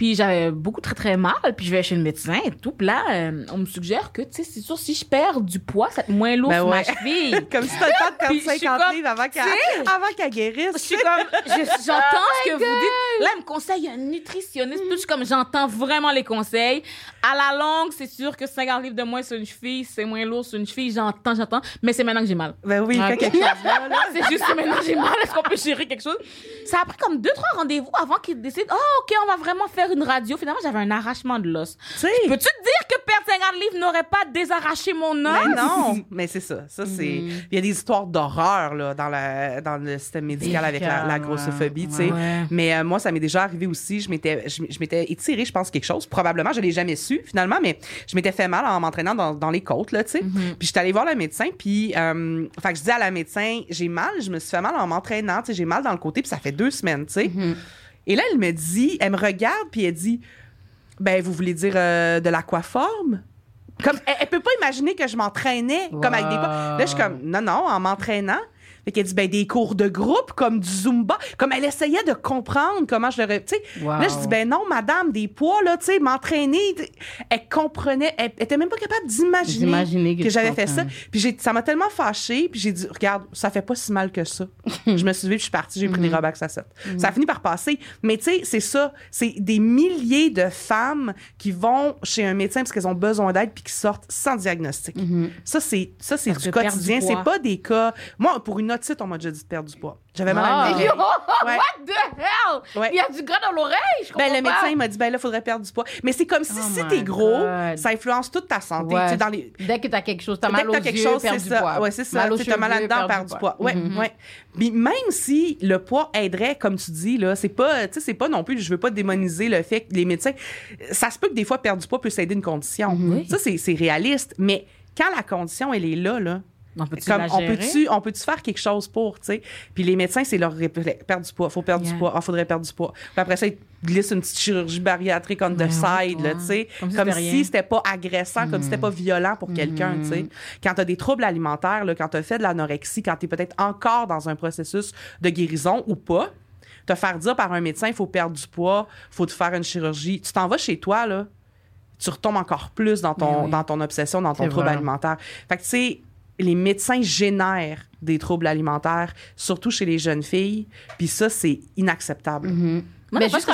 Puis j'avais beaucoup très, très mal. Puis je vais chez le médecin et tout. Puis là, on me suggère que, tu sais, c'est sûr, si je perds du poids, ça va être moins lourd sur ma cheville. Comme si t'as le temps de Puis perdre je suis 50 comme, livres avant qu'elle guérisse. Je suis comme, j'entends ce que vous dites. Là, elle me conseille un nutritionniste. Tout, je suis comme, j'entends vraiment les conseils. À la longue, c'est sûr que 50 livres de moins sur une cheville, c'est moins lourd sur une cheville. J'entends. Mais c'est maintenant que j'ai mal. Ben oui, il fait quelque chose là. C'est juste que maintenant j'ai mal. Est-ce qu'on peut gérer quelque chose? Ça a pris comme 2-3 rendez-vous avant qu'ils décident, OK, on va vraiment faire une radio. Finalement, j'avais un arrachement de l'os. Peux-tu te dire que perdre 50 livres n'aurait pas désarraché mon os? Mais non, mais c'est ça. Ça, c'est... Il y a des histoires d'horreur, là, dans le système médical avec la grossophobie, tu sais. Ouais. Mais moi, ça m'est déjà arrivé aussi. Je m'étais étiré, je pense, quelque chose. Probablement, je l'ai jamais su, finalement, mais je m'étais fait mal en m'entraînant dans les côtes, là, tu sais. Puis j'étais allée voir le médecin, puis fait que je dis à la médecin, j'ai mal, je me suis fait mal en m'entraînant, tu sais, j'ai mal dans le côté, puis ça fait 2 semaines, tu sais. Et là, elle me regarde, puis elle dit, ben, vous voulez dire de l'aquaforme? Comme, elle peut pas imaginer que je m'entraînais comme avec des poids. Là, je suis comme, non, en m'entraînant. Fait qu'elle dit, ben, des cours de groupe, comme du Zumba. Comme elle essayait de comprendre comment je le... Tu sais, là, je dis, ben non, madame, des poids, là, tu sais, m'entraîner. Elle comprenait, elle était même pas capable d'imaginer que j'avais fait ça. Puis ça m'a tellement fâchée, puis j'ai dit, regarde, ça fait pas si mal que ça. Je me suis levée, puis je suis partie, j'ai pris des Robax à 7. Ça a fini par passer. Mais tu sais, c'est ça. C'est des milliers de femmes qui vont chez un médecin parce qu'elles ont besoin d'aide, puis qui sortent sans diagnostic. Ça, c'est du quotidien. C'est pas des cas... Moi, pour une otite, on m'a déjà dit de perdre du poids. J'avais mal à l'oreille. What the hell? Ouais. Il y a du gras dans l'oreille, je comprends Ben, le pas. médecin, il m'a dit, ben là, faudrait perdre du poids. Mais c'est comme si t'es gros, ça influence toute ta santé. Ouais. Tu sais, dans les... Dès que t'as quelque chose, t'as mal aux yeux, perdre du poids. Ouais, c'est ça. Mal aux T'as mal cheveux, là-dedans, perdre du poids. Ouais. Puis même si le poids aiderait, comme tu dis, là, c'est pas non plus, je veux pas démoniser le fait que les médecins, ça se peut que des fois, perdre du poit peut s'aider une condition. Ça, c'est réaliste. Mais quand la condition, elle est là, On peut-tu comme la gérer? on peut-tu faire quelque chose pour, tu sais. Puis les médecins, c'est leur perdre du poids, faut perdre du poids, faudrait perdre du poids. Puis après ça, ils glissent une petite chirurgie bariatrique on the side, là, tu sais, comme si c'était pas agressant, comme si c'était pas violent pour quelqu'un, tu sais. Quand t'as des troubles alimentaires, là, quand t'as fait de l'anorexie, quand t'es peut-être encore dans un processus de guérison ou pas, te faire dire par un médecin, il faut perdre du poids, faut te faire une chirurgie, tu t'en vas chez toi, là, tu retombes encore plus dans ton obsession, dans ton trouble alimentaire. Fait que tu sais, les médecins génèrent des troubles alimentaires, surtout chez les jeunes filles, puis ça, c'est inacceptable. Mais juste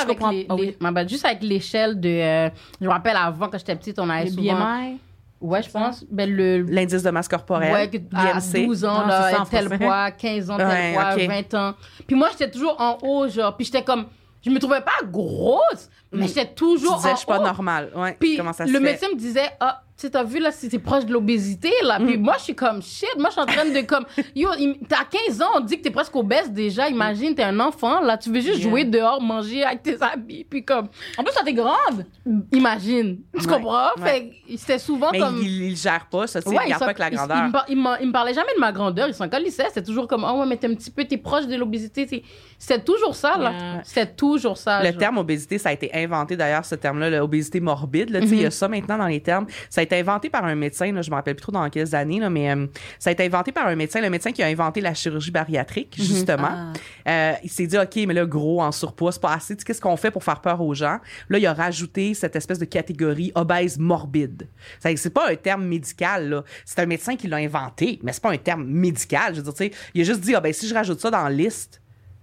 juste avec l'échelle de... je me rappelle avant, quand j'étais petite, on avait souvent... BMI? Ouais, je pense. Ben, l'indice de masse corporelle, ouais, à IMC. 12 ans, là, tel poids, 15 ans, tel poids, 20 ans. Puis moi, j'étais toujours en haut, genre. Puis j'étais comme... Je me trouvais pas grosse, mais j'étais toujours tu disais, en je suis pas haut. normale. Ouais. Puis comment ça se le fait? médecin me disait, ah, tu sais, t'as vu, là, c'est proche de l'obésité, là. Puis moi, je suis comme, shit, moi, je suis en train de, comme, yo, t'as 15 ans, on dit que t'es presque obèse déjà. Imagine, t'es un enfant, là, tu veux juste jouer dehors, manger avec tes habits, puis comme... En plus, toi, t'es grande. Imagine. Tu comprends? Fait que c'était souvent mais comme... il gère pas, ça, tu sais, il regarde pas que la grandeur. Il me parlait jamais de ma grandeur, il s'en calissait. C'était toujours comme, oh ouais, mais t'es proche de l'obésité. C'était toujours ça, là. C'était toujours ça. Le terme obésité, ça a été inventé, d'ailleurs, ce terme-là, l'obésité morbide, là, tu sais, il y a ça maintenant dans les termes. Ça a été inventé par un médecin, là, je me rappelle plus trop dans quelles années, là, mais ça a été inventé par un médecin, le médecin qui a inventé la chirurgie bariatrique, justement. Il s'est dit, OK, mais là, gros, en surpoids, c'est pas assez. Tu sais, qu'est-ce qu'on fait pour faire peur aux gens? Là, il a rajouté cette espèce de catégorie obèse morbide. C'est pas un terme médical, là. C'est un médecin qui l'a inventé, mais c'est pas un terme médical. Je veux dire, tu sais, il a juste dit, si je rajoute ça dans la liste,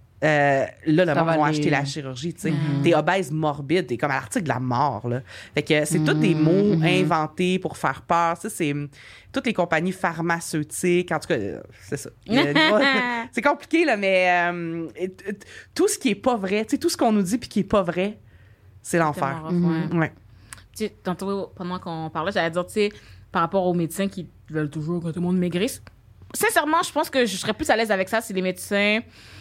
là, le monde va acheter la chirurgie, tu sais. T'es obèse morbide, t'es comme à l'article de la mort, là. Fait que c'est tous des mots inventés pour faire peur. Ça, c'est toutes les compagnies pharmaceutiques. En tout cas, c'est ça. C'est compliqué, là, mais tout ce qui est pas vrai, tu sais, tout ce qu'on nous dit puis qui est pas vrai, c'est l'enfer. Ouais. Tu sais, tantôt, pendant qu'on parlait, j'allais dire, tu sais, par rapport aux médecins qui veulent toujours que tout le monde maigrisse. Sincèrement, je pense que je serais plus à l'aise avec ça si les médecins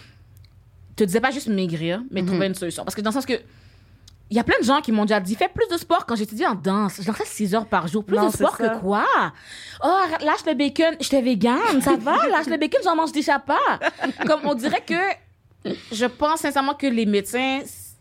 te disaient pas juste maigrir, mais trouver une solution. Parce que dans le sens que il y a plein de gens qui m'ont déjà dit, fais plus de sport. Quand j'étudie en danse, je dansais 6 heures par jour. Plus de sport que quoi? Oh, lâche le bacon. J'étais végane, ça va? Lâche le bacon, j'en mange déjà pas. Comme on dirait que je pense sincèrement que les médecins,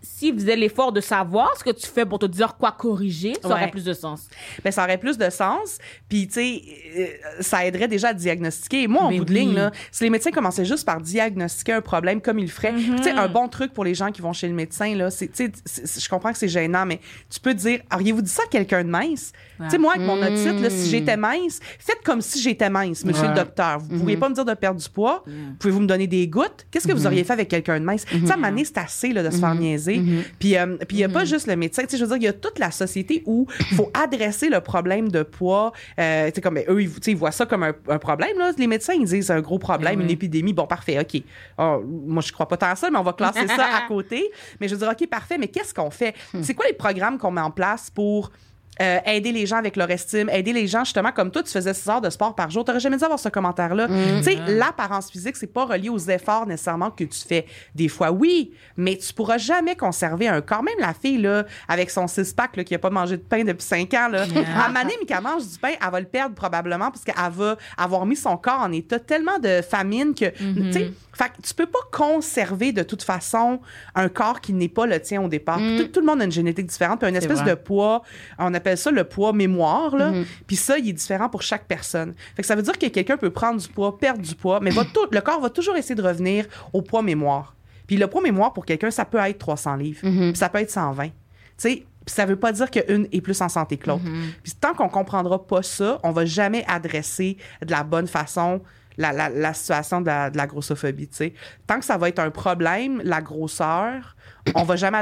s'ils faisaient l'effort de savoir ce que tu fais pour te dire quoi corriger, ça aurait plus de sens. Ben, ça aurait plus de sens. Puis, tu sais, ça aiderait déjà à diagnostiquer. Moi, en bout de ligne, là, si les médecins commençaient juste par diagnostiquer un problème comme ils le feraient, tu sais, un bon truc pour les gens qui vont chez le médecin, là, je comprends que c'est gênant, mais tu peux dire, auriez-vous dit ça à quelqu'un de mince? Tu sais, moi, avec mon otite, là, si j'étais mince, faites comme si j'étais mince, monsieur le docteur. Vous pourriez pas me dire de perdre du poids? Pouvez-vous me donner des gouttes? Qu'est-ce que vous auriez fait avec quelqu'un de mince? Tu sais, à un moment donné, c'est assez, là, de se faire niaiser. Puis il y a pas juste le médecin. Tu sais, je veux dire, il y a toute la société où il faut adresser le problème de poids. Tu sais, comme eux, ils voient ça comme un problème, là. Les médecins, ils disent c'est un gros problème, une épidémie. Bon, parfait, OK. Moi, je crois pas tant à ça, mais on va classer ça à côté. Mais je veux dire, OK, parfait, mais qu'est-ce qu'on fait? C'est quoi les programmes qu'on met en place pour aider les gens avec leur estime, aider les gens justement comme toi, tu faisais 6 heures de sport par jour. T'aurais jamais dû avoir ce commentaire-là. Tu sais, l'apparence physique, c'est pas relié aux efforts nécessairement que tu fais. Des fois, oui, mais tu pourras jamais conserver un corps. Même la fille, là, avec son 6-pack, là, qui a pas mangé de pain depuis 5 ans, là, à Mané, mais qu'elle mange du pain, elle va le perdre probablement parce qu'elle va avoir mis son corps en état tellement de famine que, tu sais, fait que tu peux pas conserver de toute façon un corps qui n'est pas le tien au départ. Tout le monde a une génétique différente, puis une espèce de poids, on appelle ça le poids mémoire, là. Puis ça, il est différent pour chaque personne. Fait que ça veut dire que quelqu'un peut prendre du poids, perdre du poids, mais le corps va toujours essayer de revenir au poids mémoire. Puis le poids mémoire, pour quelqu'un, ça peut être 300 livres, puis ça peut être 120. Tu sais, puis ça veut pas dire qu'une est plus en santé que l'autre. Puis tant qu'on comprendra pas ça, on va jamais adresser de la bonne façon la situation de la grossophobie, tu sais. Tant que ça va être un problème, la grosseur, on va jamais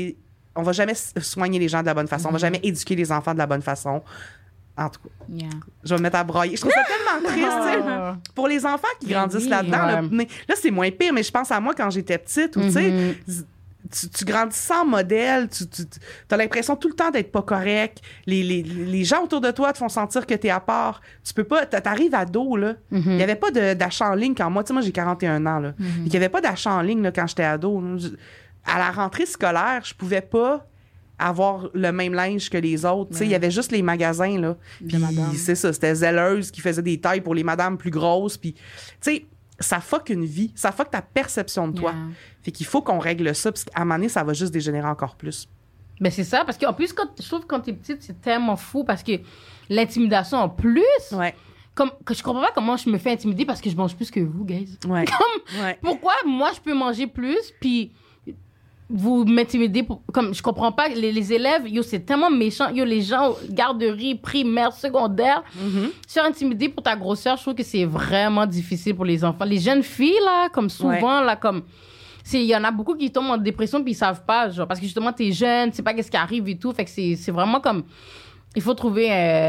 soigner les gens de la bonne façon. On va jamais éduquer les enfants de la bonne façon. En tout cas, je vais me mettre à brailler. Je trouve ça tellement triste, tu sais. Pour les enfants qui grandissent là-dedans. Là, c'est moins pire, mais je pense à moi quand j'étais petite, où, tu sais, tu grandis sans modèle, tu as l'impression tout le temps d'être pas correct. Les gens autour de toi te font sentir que t'es à part. Tu peux pas, t'arrives ado, là. Il y avait pas d'achat en ligne quand moi, tu sais, moi j'ai 41 ans, là. Il y avait pas d'achat en ligne, là, quand j'étais ado. À la rentrée scolaire, je pouvais pas avoir le même linge que les autres. Tu sais, il y avait juste les magasins, là. Puis c'est ça, c'était Zelleuse qui faisait des tailles pour les madames plus grosses. Puis, tu sais, ça fuck une vie. Ça fuck ta perception de toi. Fait qu'il faut qu'on règle ça, parce qu'à un moment donné, ça va juste dégénérer encore plus. Ben c'est ça, parce qu'en plus, je trouve que quand t'es petite, c'est tellement fou, parce que l'intimidation en plus... Comme, que je comprends pas comment je me fais intimider parce que je mange plus que vous, guys. Pourquoi moi, je peux manger plus, puis... vous m'intimidez comme je comprends pas les élèves, c'est tellement méchant, les gens garderie, primaire, secondaire, se faire intimider pour ta grosseur. Je trouve que c'est vraiment difficile pour les enfants, les jeunes filles là, comme souvent là, comme il y en a beaucoup qui tombent en dépression puis ils savent pas, genre, parce que justement t'es jeune, tu sais pas qu'est-ce qui arrive et tout, fait que c'est vraiment comme il faut trouver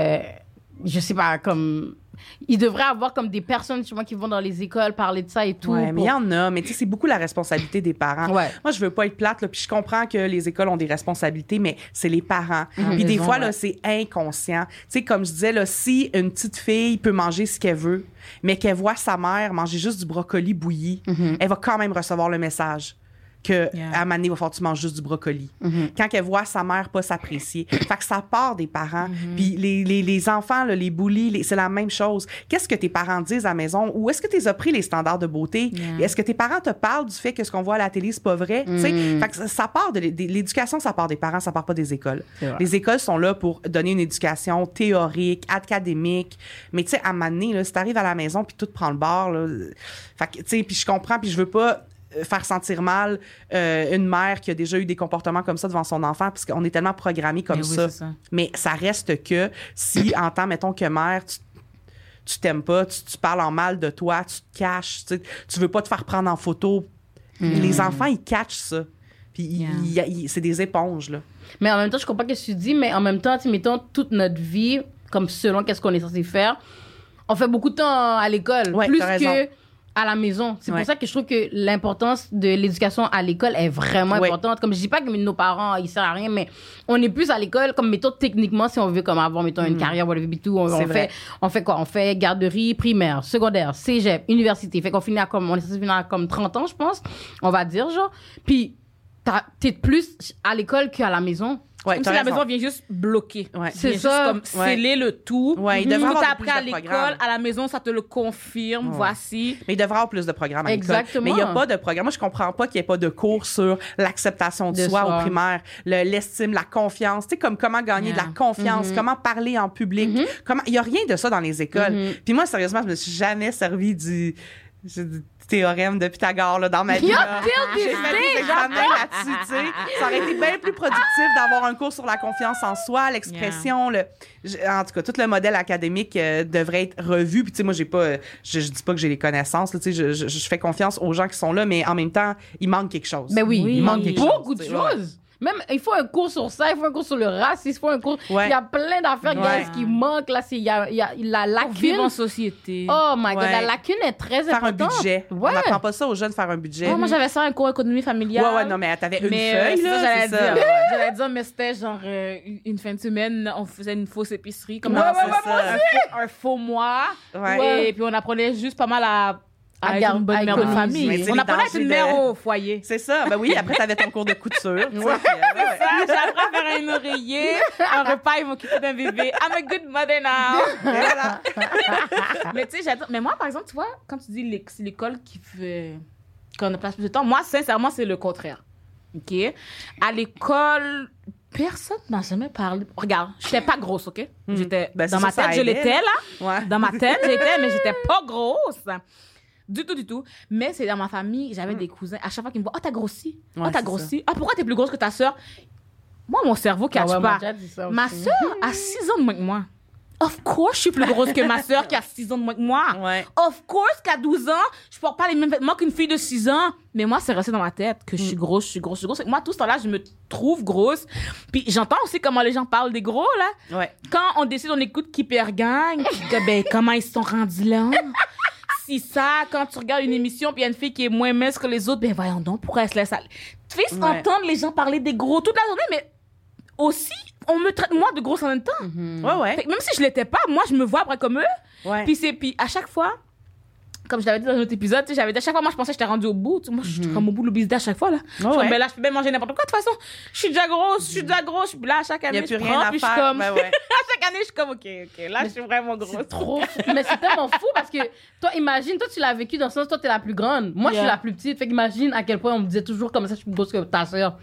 je sais pas, comme il devrait avoir comme des personnes justement qui vont dans les écoles parler de ça et tout. Mais il y en a, mais tu sais, c'est beaucoup la responsabilité des parents. Moi, je veux pas être plate, là, puis je comprends que les écoles ont des responsabilités, mais c'est les parents. Puis des fois, là, c'est inconscient. Tu sais, comme je disais, là, si une petite fille peut manger ce qu'elle veut, mais qu'elle voit sa mère manger juste du brocoli bouilli, elle va quand même recevoir le message que à un moment donné, il va falloir que tu manges juste du brocoli. Quand elle voit sa mère pas s'apprécier. Fait que ça part des parents. Puis les enfants, là, les bullies, c'est la même chose. Qu'est-ce que tes parents disent à la maison? Ou est-ce que tu as pris les standards de beauté? Est-ce que tes parents te parlent du fait que ce qu'on voit à la télé, c'est pas vrai? Fait que ça part de l'éducation, ça part des parents, ça part pas des écoles. Les écoles sont là pour donner une éducation théorique, académique. Mais tu sais, à un moment donné, là, si t'arrives à la maison puis tout prend le bord, là, fait que, tu sais, puis je comprends, puis je veux pas faire sentir mal une mère qui a déjà eu des comportements comme ça devant son enfant, parce qu'on est tellement programmé comme ça. Mais ça reste que si, en tant, mettons, que mère, tu t'aimes pas, tu parles en mal de toi, tu te caches, tu veux pas te faire prendre en photo. Les enfants, ils catchent ça. Puis c'est des éponges, là. Mais en même temps, je comprends ce que tu dis, mais en même temps, mettons, toute notre vie, comme selon qu'est-ce qu'on est censé faire, on fait beaucoup de temps à l'école, plus que à la maison. C'est pour ça que je trouve que l'importance de l'éducation à l'école est vraiment importante. Comme je dis pas que nos parents, ils servent à rien, mais on est plus à l'école, comme mettons techniquement, si on veut comme avoir, mettons, une carrière, whatever, tout, on fait quoi? On fait garderie, primaire, secondaire, cégep, université. Fait qu'on finit on est censé finir à comme 30 ans, je pense. On va dire, genre. Puis, t'es plus à l'école qu'à la maison. Ouais, Comme t'as si la raison. maison vient juste bloquer. Ouais. C'est Vient ça. juste comme sceller le tout. Ouais, il devrait Ce que avoir t'as plus appris à de l'école, programmes. à la maison, ça te le confirme. Ouais. Voici. Mais il devrait avoir plus de programmes à l'école. Exactement. Mais il n'y a pas de programme. Moi, je comprends pas qu'il n'y ait pas de cours sur l'acceptation de soi au primaire, l'estime, la confiance. Tu sais, comme comment gagner de la confiance, comment parler en public. Comment... Il n'y a rien de ça dans les écoles. Puis moi, sérieusement, je me suis jamais servi du théorème de Pythagore là, dans ma vie. là. J'ai fait des examens là-dessus, tu sais. Ça aurait été bien plus productif d'avoir un cours sur la confiance en soi, l'expression, en tout cas, tout le modèle académique devrait être revu. Puis tu sais, moi, j'ai pas, je dis pas que j'ai les connaissances, là, tu sais, je fais confiance aux gens qui sont là, mais en même temps, il manque quelque chose. Mais oui, Oui. il manque Oui. beaucoup de tu sais, ouais. choses. Même, il faut un cours sur ça, il faut un cours sur le racisme, il faut un cours... Ouais. Il y a plein d'affaires, Ouais. guys, qui manquent. Là, il y a la Pour vivre lacune. en société. Oh my God, Ouais. la lacune est très Faire un importante. budget. Ouais. On n'apprend pas ça aux jeunes, faire un budget. Oh, moi, j'avais ça, un cours économie familiale. Ouais, non, mais t'avais une Mais feuille, c'est là, ça, c'est ça. J'allais dire, mais c'était genre une fin de semaine, on faisait une fausse épicerie, comme Ouais, un, ouais, ouais, un faux mois. Ouais. Et puis on apprenait juste pas mal à être garder- une bonne à mère de économiser. famille. Mais tu sais, On les apprenait à être une dangers mère de- au foyer. C'est ça. Ben oui, après, t'avais ton cours de couture. tu sais, puis, Ça, j'ai appris à faire un oreiller, un repas, ils m'occupaient d'un bébé. I'm a good mother now. Et voilà. Mais tu sais, j'adore. Mais moi, par exemple, tu vois, quand tu dis c'est l'école qui fait qu'on a place plus de temps, moi, sincèrement, c'est le contraire. OK? À l'école, personne m'a jamais parlé. Regarde, j'étais pas grosse, OK? J'étais, Ben, c'est dans ma ça, ça tête, je aidait. l'étais, là. Ouais. Dans ma tête, j'étais, mais j'étais pas grosse. Du tout. Mais c'est dans ma famille, j'avais des cousins. À chaque fois qu'ils me voient, oh, t'as grossi. Ouais, Oh, t'as c'est grossi. Ah, pourquoi t'es plus grosse que ta sœur? Moi, mon cerveau Ah catch ouais, pas. mon dad dit ça aussi. Ma sœur a 6 ans de moins que moi. Of course, je suis plus grosse que ma sœur qui a 6 ans de moins que moi. Ouais. Of course qu'à 12 ans, je porte pas les mêmes vêtements qu'une fille de 6 ans. Mais moi, c'est resté dans ma tête que je suis grosse. Et moi, tout ce temps-là, je me trouve grosse. Puis j'entends aussi comment les gens parlent des gros, là. Ouais. Quand on décide, on écoute qui perd gagne, que, ben, comment ils se sont rendus là. Si ça, quand tu regardes une émission puis il y a une fille qui est moins mince que les autres, ben voyons donc, pourquoi elle se laisse aller? Tu fais Ouais. entendre les gens parler des gros toute la journée, mais aussi, on me traite moi de grosse en même temps. Ouais, ouais. Fait que même si je l'étais pas, moi, je me vois après comme eux. Ouais. Puis à chaque fois, comme je l'avais dit dans un autre épisode, tu sais, j'avais dit à chaque fois, moi, je pensais que j'étais rendue au bout. Tu sais, moi, je suis comme au bout de l'obésité à chaque fois, là. Je suis comme, ouais. ben là, je peux bien manger n'importe quoi. De toute façon, je suis déjà grosse. Puis là, à chaque Il n'y année, a plus je rien prends, à puis faire. je suis comme... Ben ouais. à chaque année, je suis comme, OK, là, je suis vraiment grosse. C'est trop. Mais c'est tellement fou parce que, toi, imagine, toi, tu l'as vécu dans le sens, toi, t'es la plus grande. Moi, je suis Yeah. la plus petite. Fait qu'imagine à quel point on me disait toujours comme ça, je suis plus grosse que ta soeur.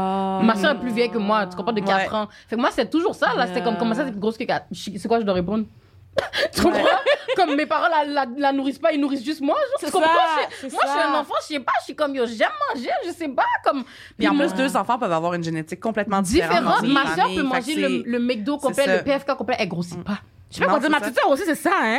Ma soeur est plus vieille que moi, tu comprends, de 4 Ouais. ans. Fait que moi, c'est toujours ça, là. C'était comme, comment ça, t'es plus grosse que 4. C'est quoi, je dois répondre? Tu comprends? Comme mes parents la nourrissent pas, ils nourrissent juste moi. Genre, C'est tu comprends? ça, Moi, c'est je suis ça. un enfant, je sais pas, je suis comme, yo, j'aime manger, je sais pas, comme. Puis en moi- plus, 2 enfants peuvent avoir une génétique complètement différente. différente. dans une Ma soeur famille. peut Fait manger que le McDo c'est complet, ça. le PFK complet, elle grossit pas. Je sais pas Non, quoi dire, ma c'est petite sœur aussi, c'est ça, hein?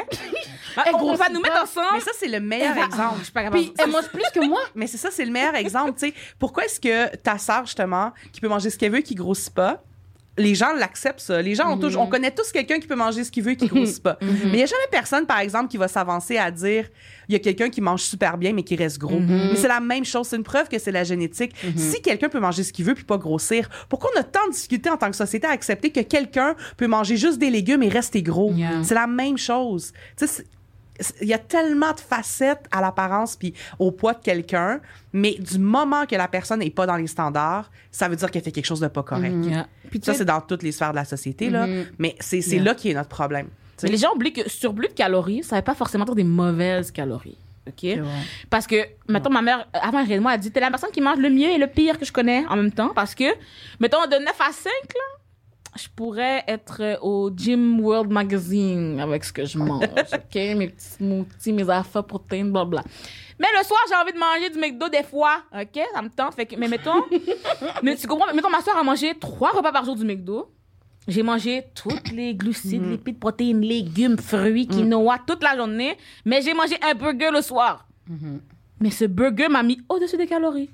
On va nous mettre ensemble. Mais ça, c'est le meilleur exemple. Je suis pas capable. Puis elle mange plus que moi. Mais c'est ça, c'est le meilleur exemple. Tu sais, pourquoi est-ce que ta sœur, justement, qui peut manger ce qu'elle veut, qui grossit pas, les gens l'acceptent, ça. Les gens ont toujours, on connaît tous quelqu'un qui peut manger ce qu'il veut et qui grossit pas. Mais il n'y a jamais personne, par exemple, qui va s'avancer à dire il y a quelqu'un qui mange super bien mais qui reste gros. Mais c'est la même chose. C'est une preuve que c'est la génétique. Si quelqu'un peut manger ce qu'il veut puis pas grossir, pourquoi on a tant de difficultés en tant que société à accepter que quelqu'un peut manger juste des légumes et rester gros? Yeah. C'est la même chose. Tu sais, il y a tellement de facettes à l'apparence puis au poids de quelqu'un, mais du moment que la personne n'est pas dans les standards, ça veut dire qu'elle fait quelque chose de pas correct. Yeah. Puis tu Ça, sais, c'est dans toutes les sphères de la société, là. Mais c'est là qui est notre problème. mais les gens oublient que surplus de calories, ça veut pas forcément dire des mauvaises calories. OK? Parce que, mettons, ma mère, avant réellement, elle dit t'es la personne qui mange le mieux et le pire que je connais en même temps. Parce que, mettons, de 9 à 5, là, je pourrais être au Gym World Magazine avec ce que je mange, OK? Mes petits smoothies, mes affaires protéines, blablabla. Mais le soir, j'ai envie de manger du McDo des fois, OK? Ça me tente. Fait que, mais mettons, mais tu comprends, mettons, ma soeur a mangé 3 repas par jour du McDo. J'ai mangé toutes les glucides, lipides, protéines, légumes, fruits, quinoa, toute la journée. Mais j'ai mangé un burger le soir. Mais ce burger m'a mis au-dessus des calories.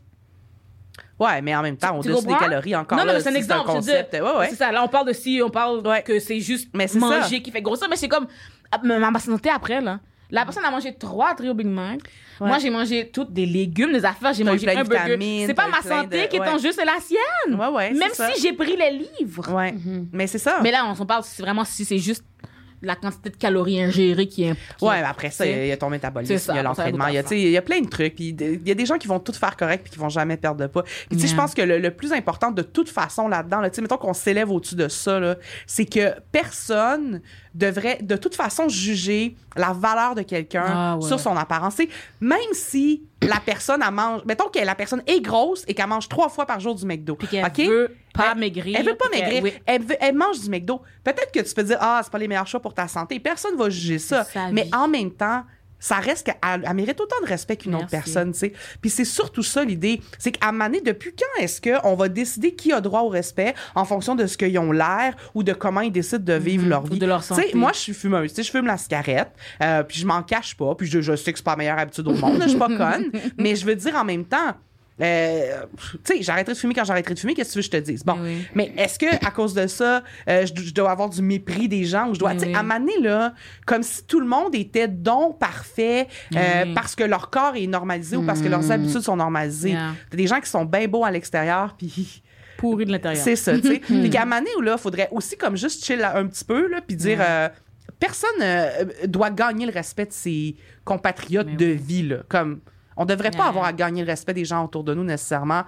Ouais, mais en même temps, Tu au-dessus des comprends? calories, encore Non, là, non, mais c'est un si exemple. un je veux dire. concept. Ouais, ouais. C'est ça. Là, on parle de si, on parle Ouais. que c'est juste Mais c'est manger ça. qui fait grossir. Mais c'est comme ma santé après, là. La personne a mangé 3 trio Big Mac. Ouais. Moi, j'ai mangé toutes des légumes, des affaires. J'ai T'as eu mangé plein de un burger. vitamines, C'est pas t'as eu ma plein santé de- qui est en ouais. jeu, c'est la sienne. Ouais, ouais, Même c'est ça. si j'ai pris les livres. Ouais. Mais c'est ça. Mais là, on s'en parle, c'est vraiment si c'est juste la quantité de calories ingérées qui est Ouais, mais après ça, il y a ton métabolisme, C'est ça, il y a l'entraînement, il y a plein de trucs. Puis il y a des gens qui vont tout faire correct puis qui vont jamais perdre de poids. Puis tu sais, je pense que le plus important de toute façon là-dedans, tu sais, mettons qu'on s'élève au-dessus de ça, là, c'est que personne devrait de toute façon juger la valeur de quelqu'un sur son apparence. T'sais, même si la personne, elle mange... Mettons que la personne est grosse et qu'elle mange 3 fois par jour du McDo. Puis qu'elle veut pas maigrir. Elle veut pas maigrir. Elle mange du McDo. Peut-être que tu peux dire, c'est pas les meilleurs choix pour ta santé. Personne va juger ça. Mais en même temps, ça reste qu'elle mérite autant de respect qu'une autre personne, tu sais. Puis c'est surtout ça l'idée, c'est qu'à un moment donné, depuis quand est-ce qu'on va décider qui a droit au respect en fonction de ce qu'ils ont l'air ou de comment ils décident de vivre leur vie? Ou de leur santé. Tu sais, moi, je suis fumeuse, tu sais, je fume la cigarette, puis je m'en cache pas, puis je sais que c'est pas la meilleure habitude au monde, je suis pas conne, mais je veux dire en même temps, tu sais, j'arrêterai de fumer quand j'arrêterai de fumer, qu'est-ce que tu veux que je te dise? Bon, mais est-ce que à cause de ça, je dois avoir du mépris des gens ou je dois, tu sais, à un moment donné, là, comme si tout le monde était donc parfait parce que leur corps est normalisé ou parce que leurs habitudes sont normalisées. T'as des gens qui sont bien beaux à l'extérieur, puis pourris de l'intérieur. C'est ça, tu sais. Puis qu'à un moment donné où là, faudrait aussi comme juste chill un petit peu là, puis dire personne doit gagner le respect de ses compatriotes de vie là, comme on devrait pas avoir à gagner le respect des gens autour de nous nécessairement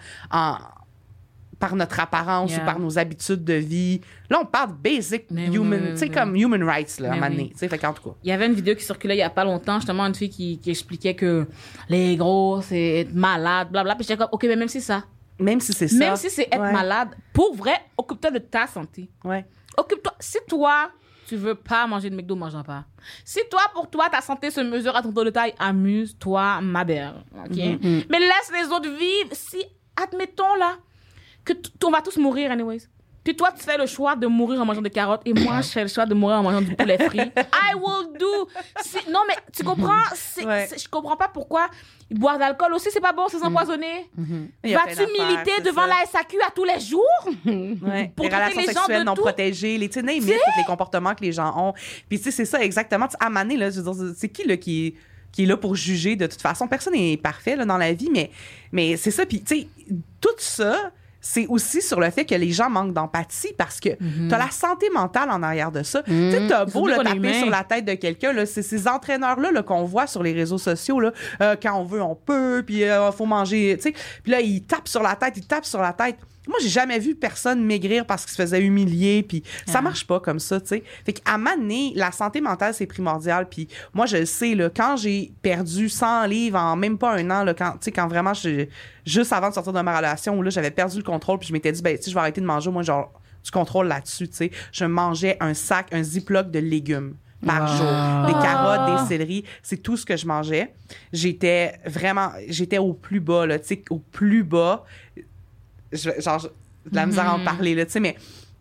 par notre apparence ou par nos habitudes de vie. Là, on parle de basic human, tu sais, comme human rights, là, à un moment donné. Tu sais, fait qu'en tout cas. Il y avait une vidéo qui circulait il y a pas longtemps, justement, une fille qui expliquait que les gros, c'est être malade, blablabla. Puis j'étais comme, OK, mais même si c'est ça. Même si c'est ça. Même si c'est être malade, pour vrai, occupe-toi de ta santé. Ouais. Occupe-toi. Si toi, tu veux pas manger de McDo, mange-en pas. Si toi, pour toi, ta santé se mesure à ton taux de taille, amuse-toi, ma belle. OK? Mais laisse les autres vivre. Si, admettons, là, que on va tous mourir, anyways. Puis toi, tu fais le choix de mourir en mangeant des carottes et moi, je fais le choix de mourir en mangeant du poulet frit. I will do. Non, mais tu comprends? Je comprends pas pourquoi boire d'alcool aussi, c'est pas bon, c'est s'empoisonner. Vas-tu militer devant la SAQ à tous les jours? Pour les relations sexuelles non protégées, les tous les comportements que les gens ont. Puis tu sais, c'est ça exactement. À Mané, là, je veux dire, c'est qui là qui est là pour juger de toute façon? Personne n'est parfait là, dans la vie, mais c'est ça. Puis tu sais, tout ça, c'est aussi sur le fait que les gens manquent d'empathie parce que t'as la santé mentale en arrière de ça. Tu sais, t'as beau là, taper sur la tête de quelqu'un, là, c'est ces entraîneurs-là qu'on voit sur les réseaux sociaux, là, quand on veut, on peut, puis faut manger, tu sais. Puis là, ils tapent sur la tête. Moi, j'ai jamais vu personne maigrir parce qu'il se faisait humilier, puis ça marche pas comme ça, tu sais. Fait qu'à un moment donné, la santé mentale, c'est primordial, puis moi, je le sais, là, quand j'ai perdu 100 livres en même pas un an, là, quand vraiment, juste avant de sortir de ma relation, où là, j'avais perdu le contrôle, puis je m'étais dit, ben, tu sais, je vais arrêter de manger, moi, genre, du contrôle là-dessus, tu sais. Je mangeais un Ziploc de légumes par jour. Des carottes, des céleris, c'est tout ce que je mangeais. J'étais au plus bas, là, tu sais, au plus bas. Genre, de la misère à en parler, là, tu sais, mais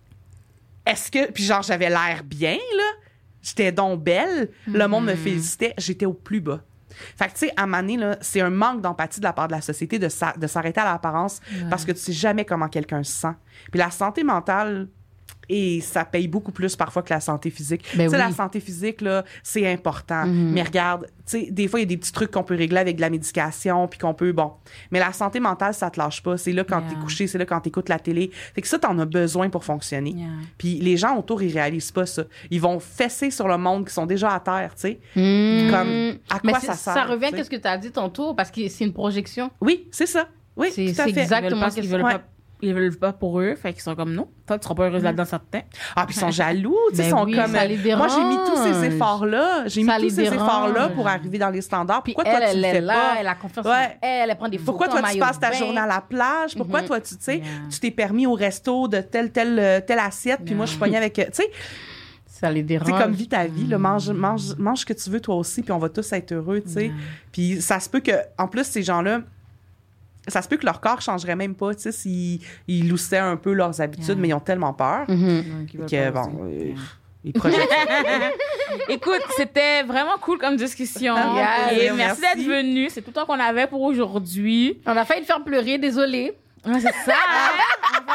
est-ce que... Puis genre, j'avais l'air bien, là. J'étais donc belle. Le monde me félicitait. J'étais au plus bas. Fait que, tu sais, à un moment donné, là, c'est un manque d'empathie de la part de la société de s'arrêter à l'apparence parce que tu sais jamais comment quelqu'un se sent. Puis la santé mentale... Et ça paye beaucoup plus parfois que la santé physique. Tu sais, la santé physique, là, c'est important. Mais regarde, tu sais, des fois, il y a des petits trucs qu'on peut régler avec de la médication, puis qu'on peut, bon. Mais la santé mentale, ça te lâche pas. C'est là quand t'es couché, c'est là quand t'écoutes la télé. Fait que ça, t'en as besoin pour fonctionner. Puis les gens autour, ils réalisent pas ça. Ils vont fesser sur le monde qui sont déjà à terre, tu sais. Comme, à quoi ça sert? Ça revient à ce que tu as dit tantôt, parce que c'est une projection. Oui, c'est ça. Oui, tout à fait. C'est exactement ce qu'ils veulent pas. Ils veulent pas pour eux, fait qu'ils sont comme non. Toi, tu seras pas heureuse là-dedans, certains. Ah, puis ils sont jaloux, tu sais, ils sont comme. Ça les dérange. Moi, j'ai mis tous ces efforts-là. Efforts-là pour arriver dans les standards. Pourquoi toi, tu le fais pas? Elle a confiance en elle prend des photos. Pourquoi toi, tu passes ta journée à la plage? Pourquoi toi, tu sais, tu t'es permis au resto de telle assiette, puis moi, je suis pognée avec. Tu sais, ça les dérange. C'est comme vis ta vie, là, mange ce que tu veux toi aussi, puis on va tous être heureux, tu sais. Puis ça se peut que, en plus, ces gens-là, ça se peut que leur corps changerait même pas, tu sais, s'ils loussaient un peu leurs habitudes, mais ils ont tellement peur que, bon, ils projettent. Écoute, c'était vraiment cool comme discussion. Et merci d'être venu. C'est tout le temps qu'on avait pour aujourd'hui. On a failli te faire pleurer, désolé. C'est ça.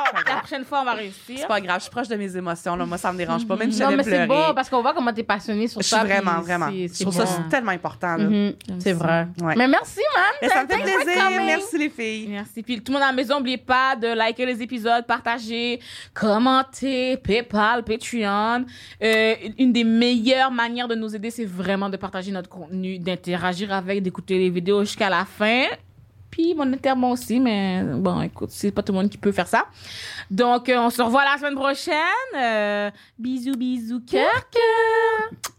prochaine fois, on va réussir. C'est pas grave, je suis proche de mes émotions, là. Moi, ça me dérange pas. Même si Non, j'avais mais pleuré. c'est bon parce qu'on voit comment t'es passionnée sur Je ça. suis vraiment, puis vraiment. c'est Je trouve bon. ça tellement important, là. C'est vrai. Ouais. Mais merci, man. Mais ça me fait Thanks for plaisir. coming. Merci, les filles. Merci. Puis tout le monde à la maison, n'oubliez pas de liker les épisodes, partager, commenter, PayPal, Patreon. Une des meilleures manières de nous aider, c'est vraiment de partager notre contenu, d'interagir avec, d'écouter les vidéos jusqu'à la fin. Puis monétairement aussi, mais bon, écoute, c'est pas tout le monde qui peut faire ça. Donc, on se revoit la semaine prochaine. Bisous, bisous, cœur, cœur.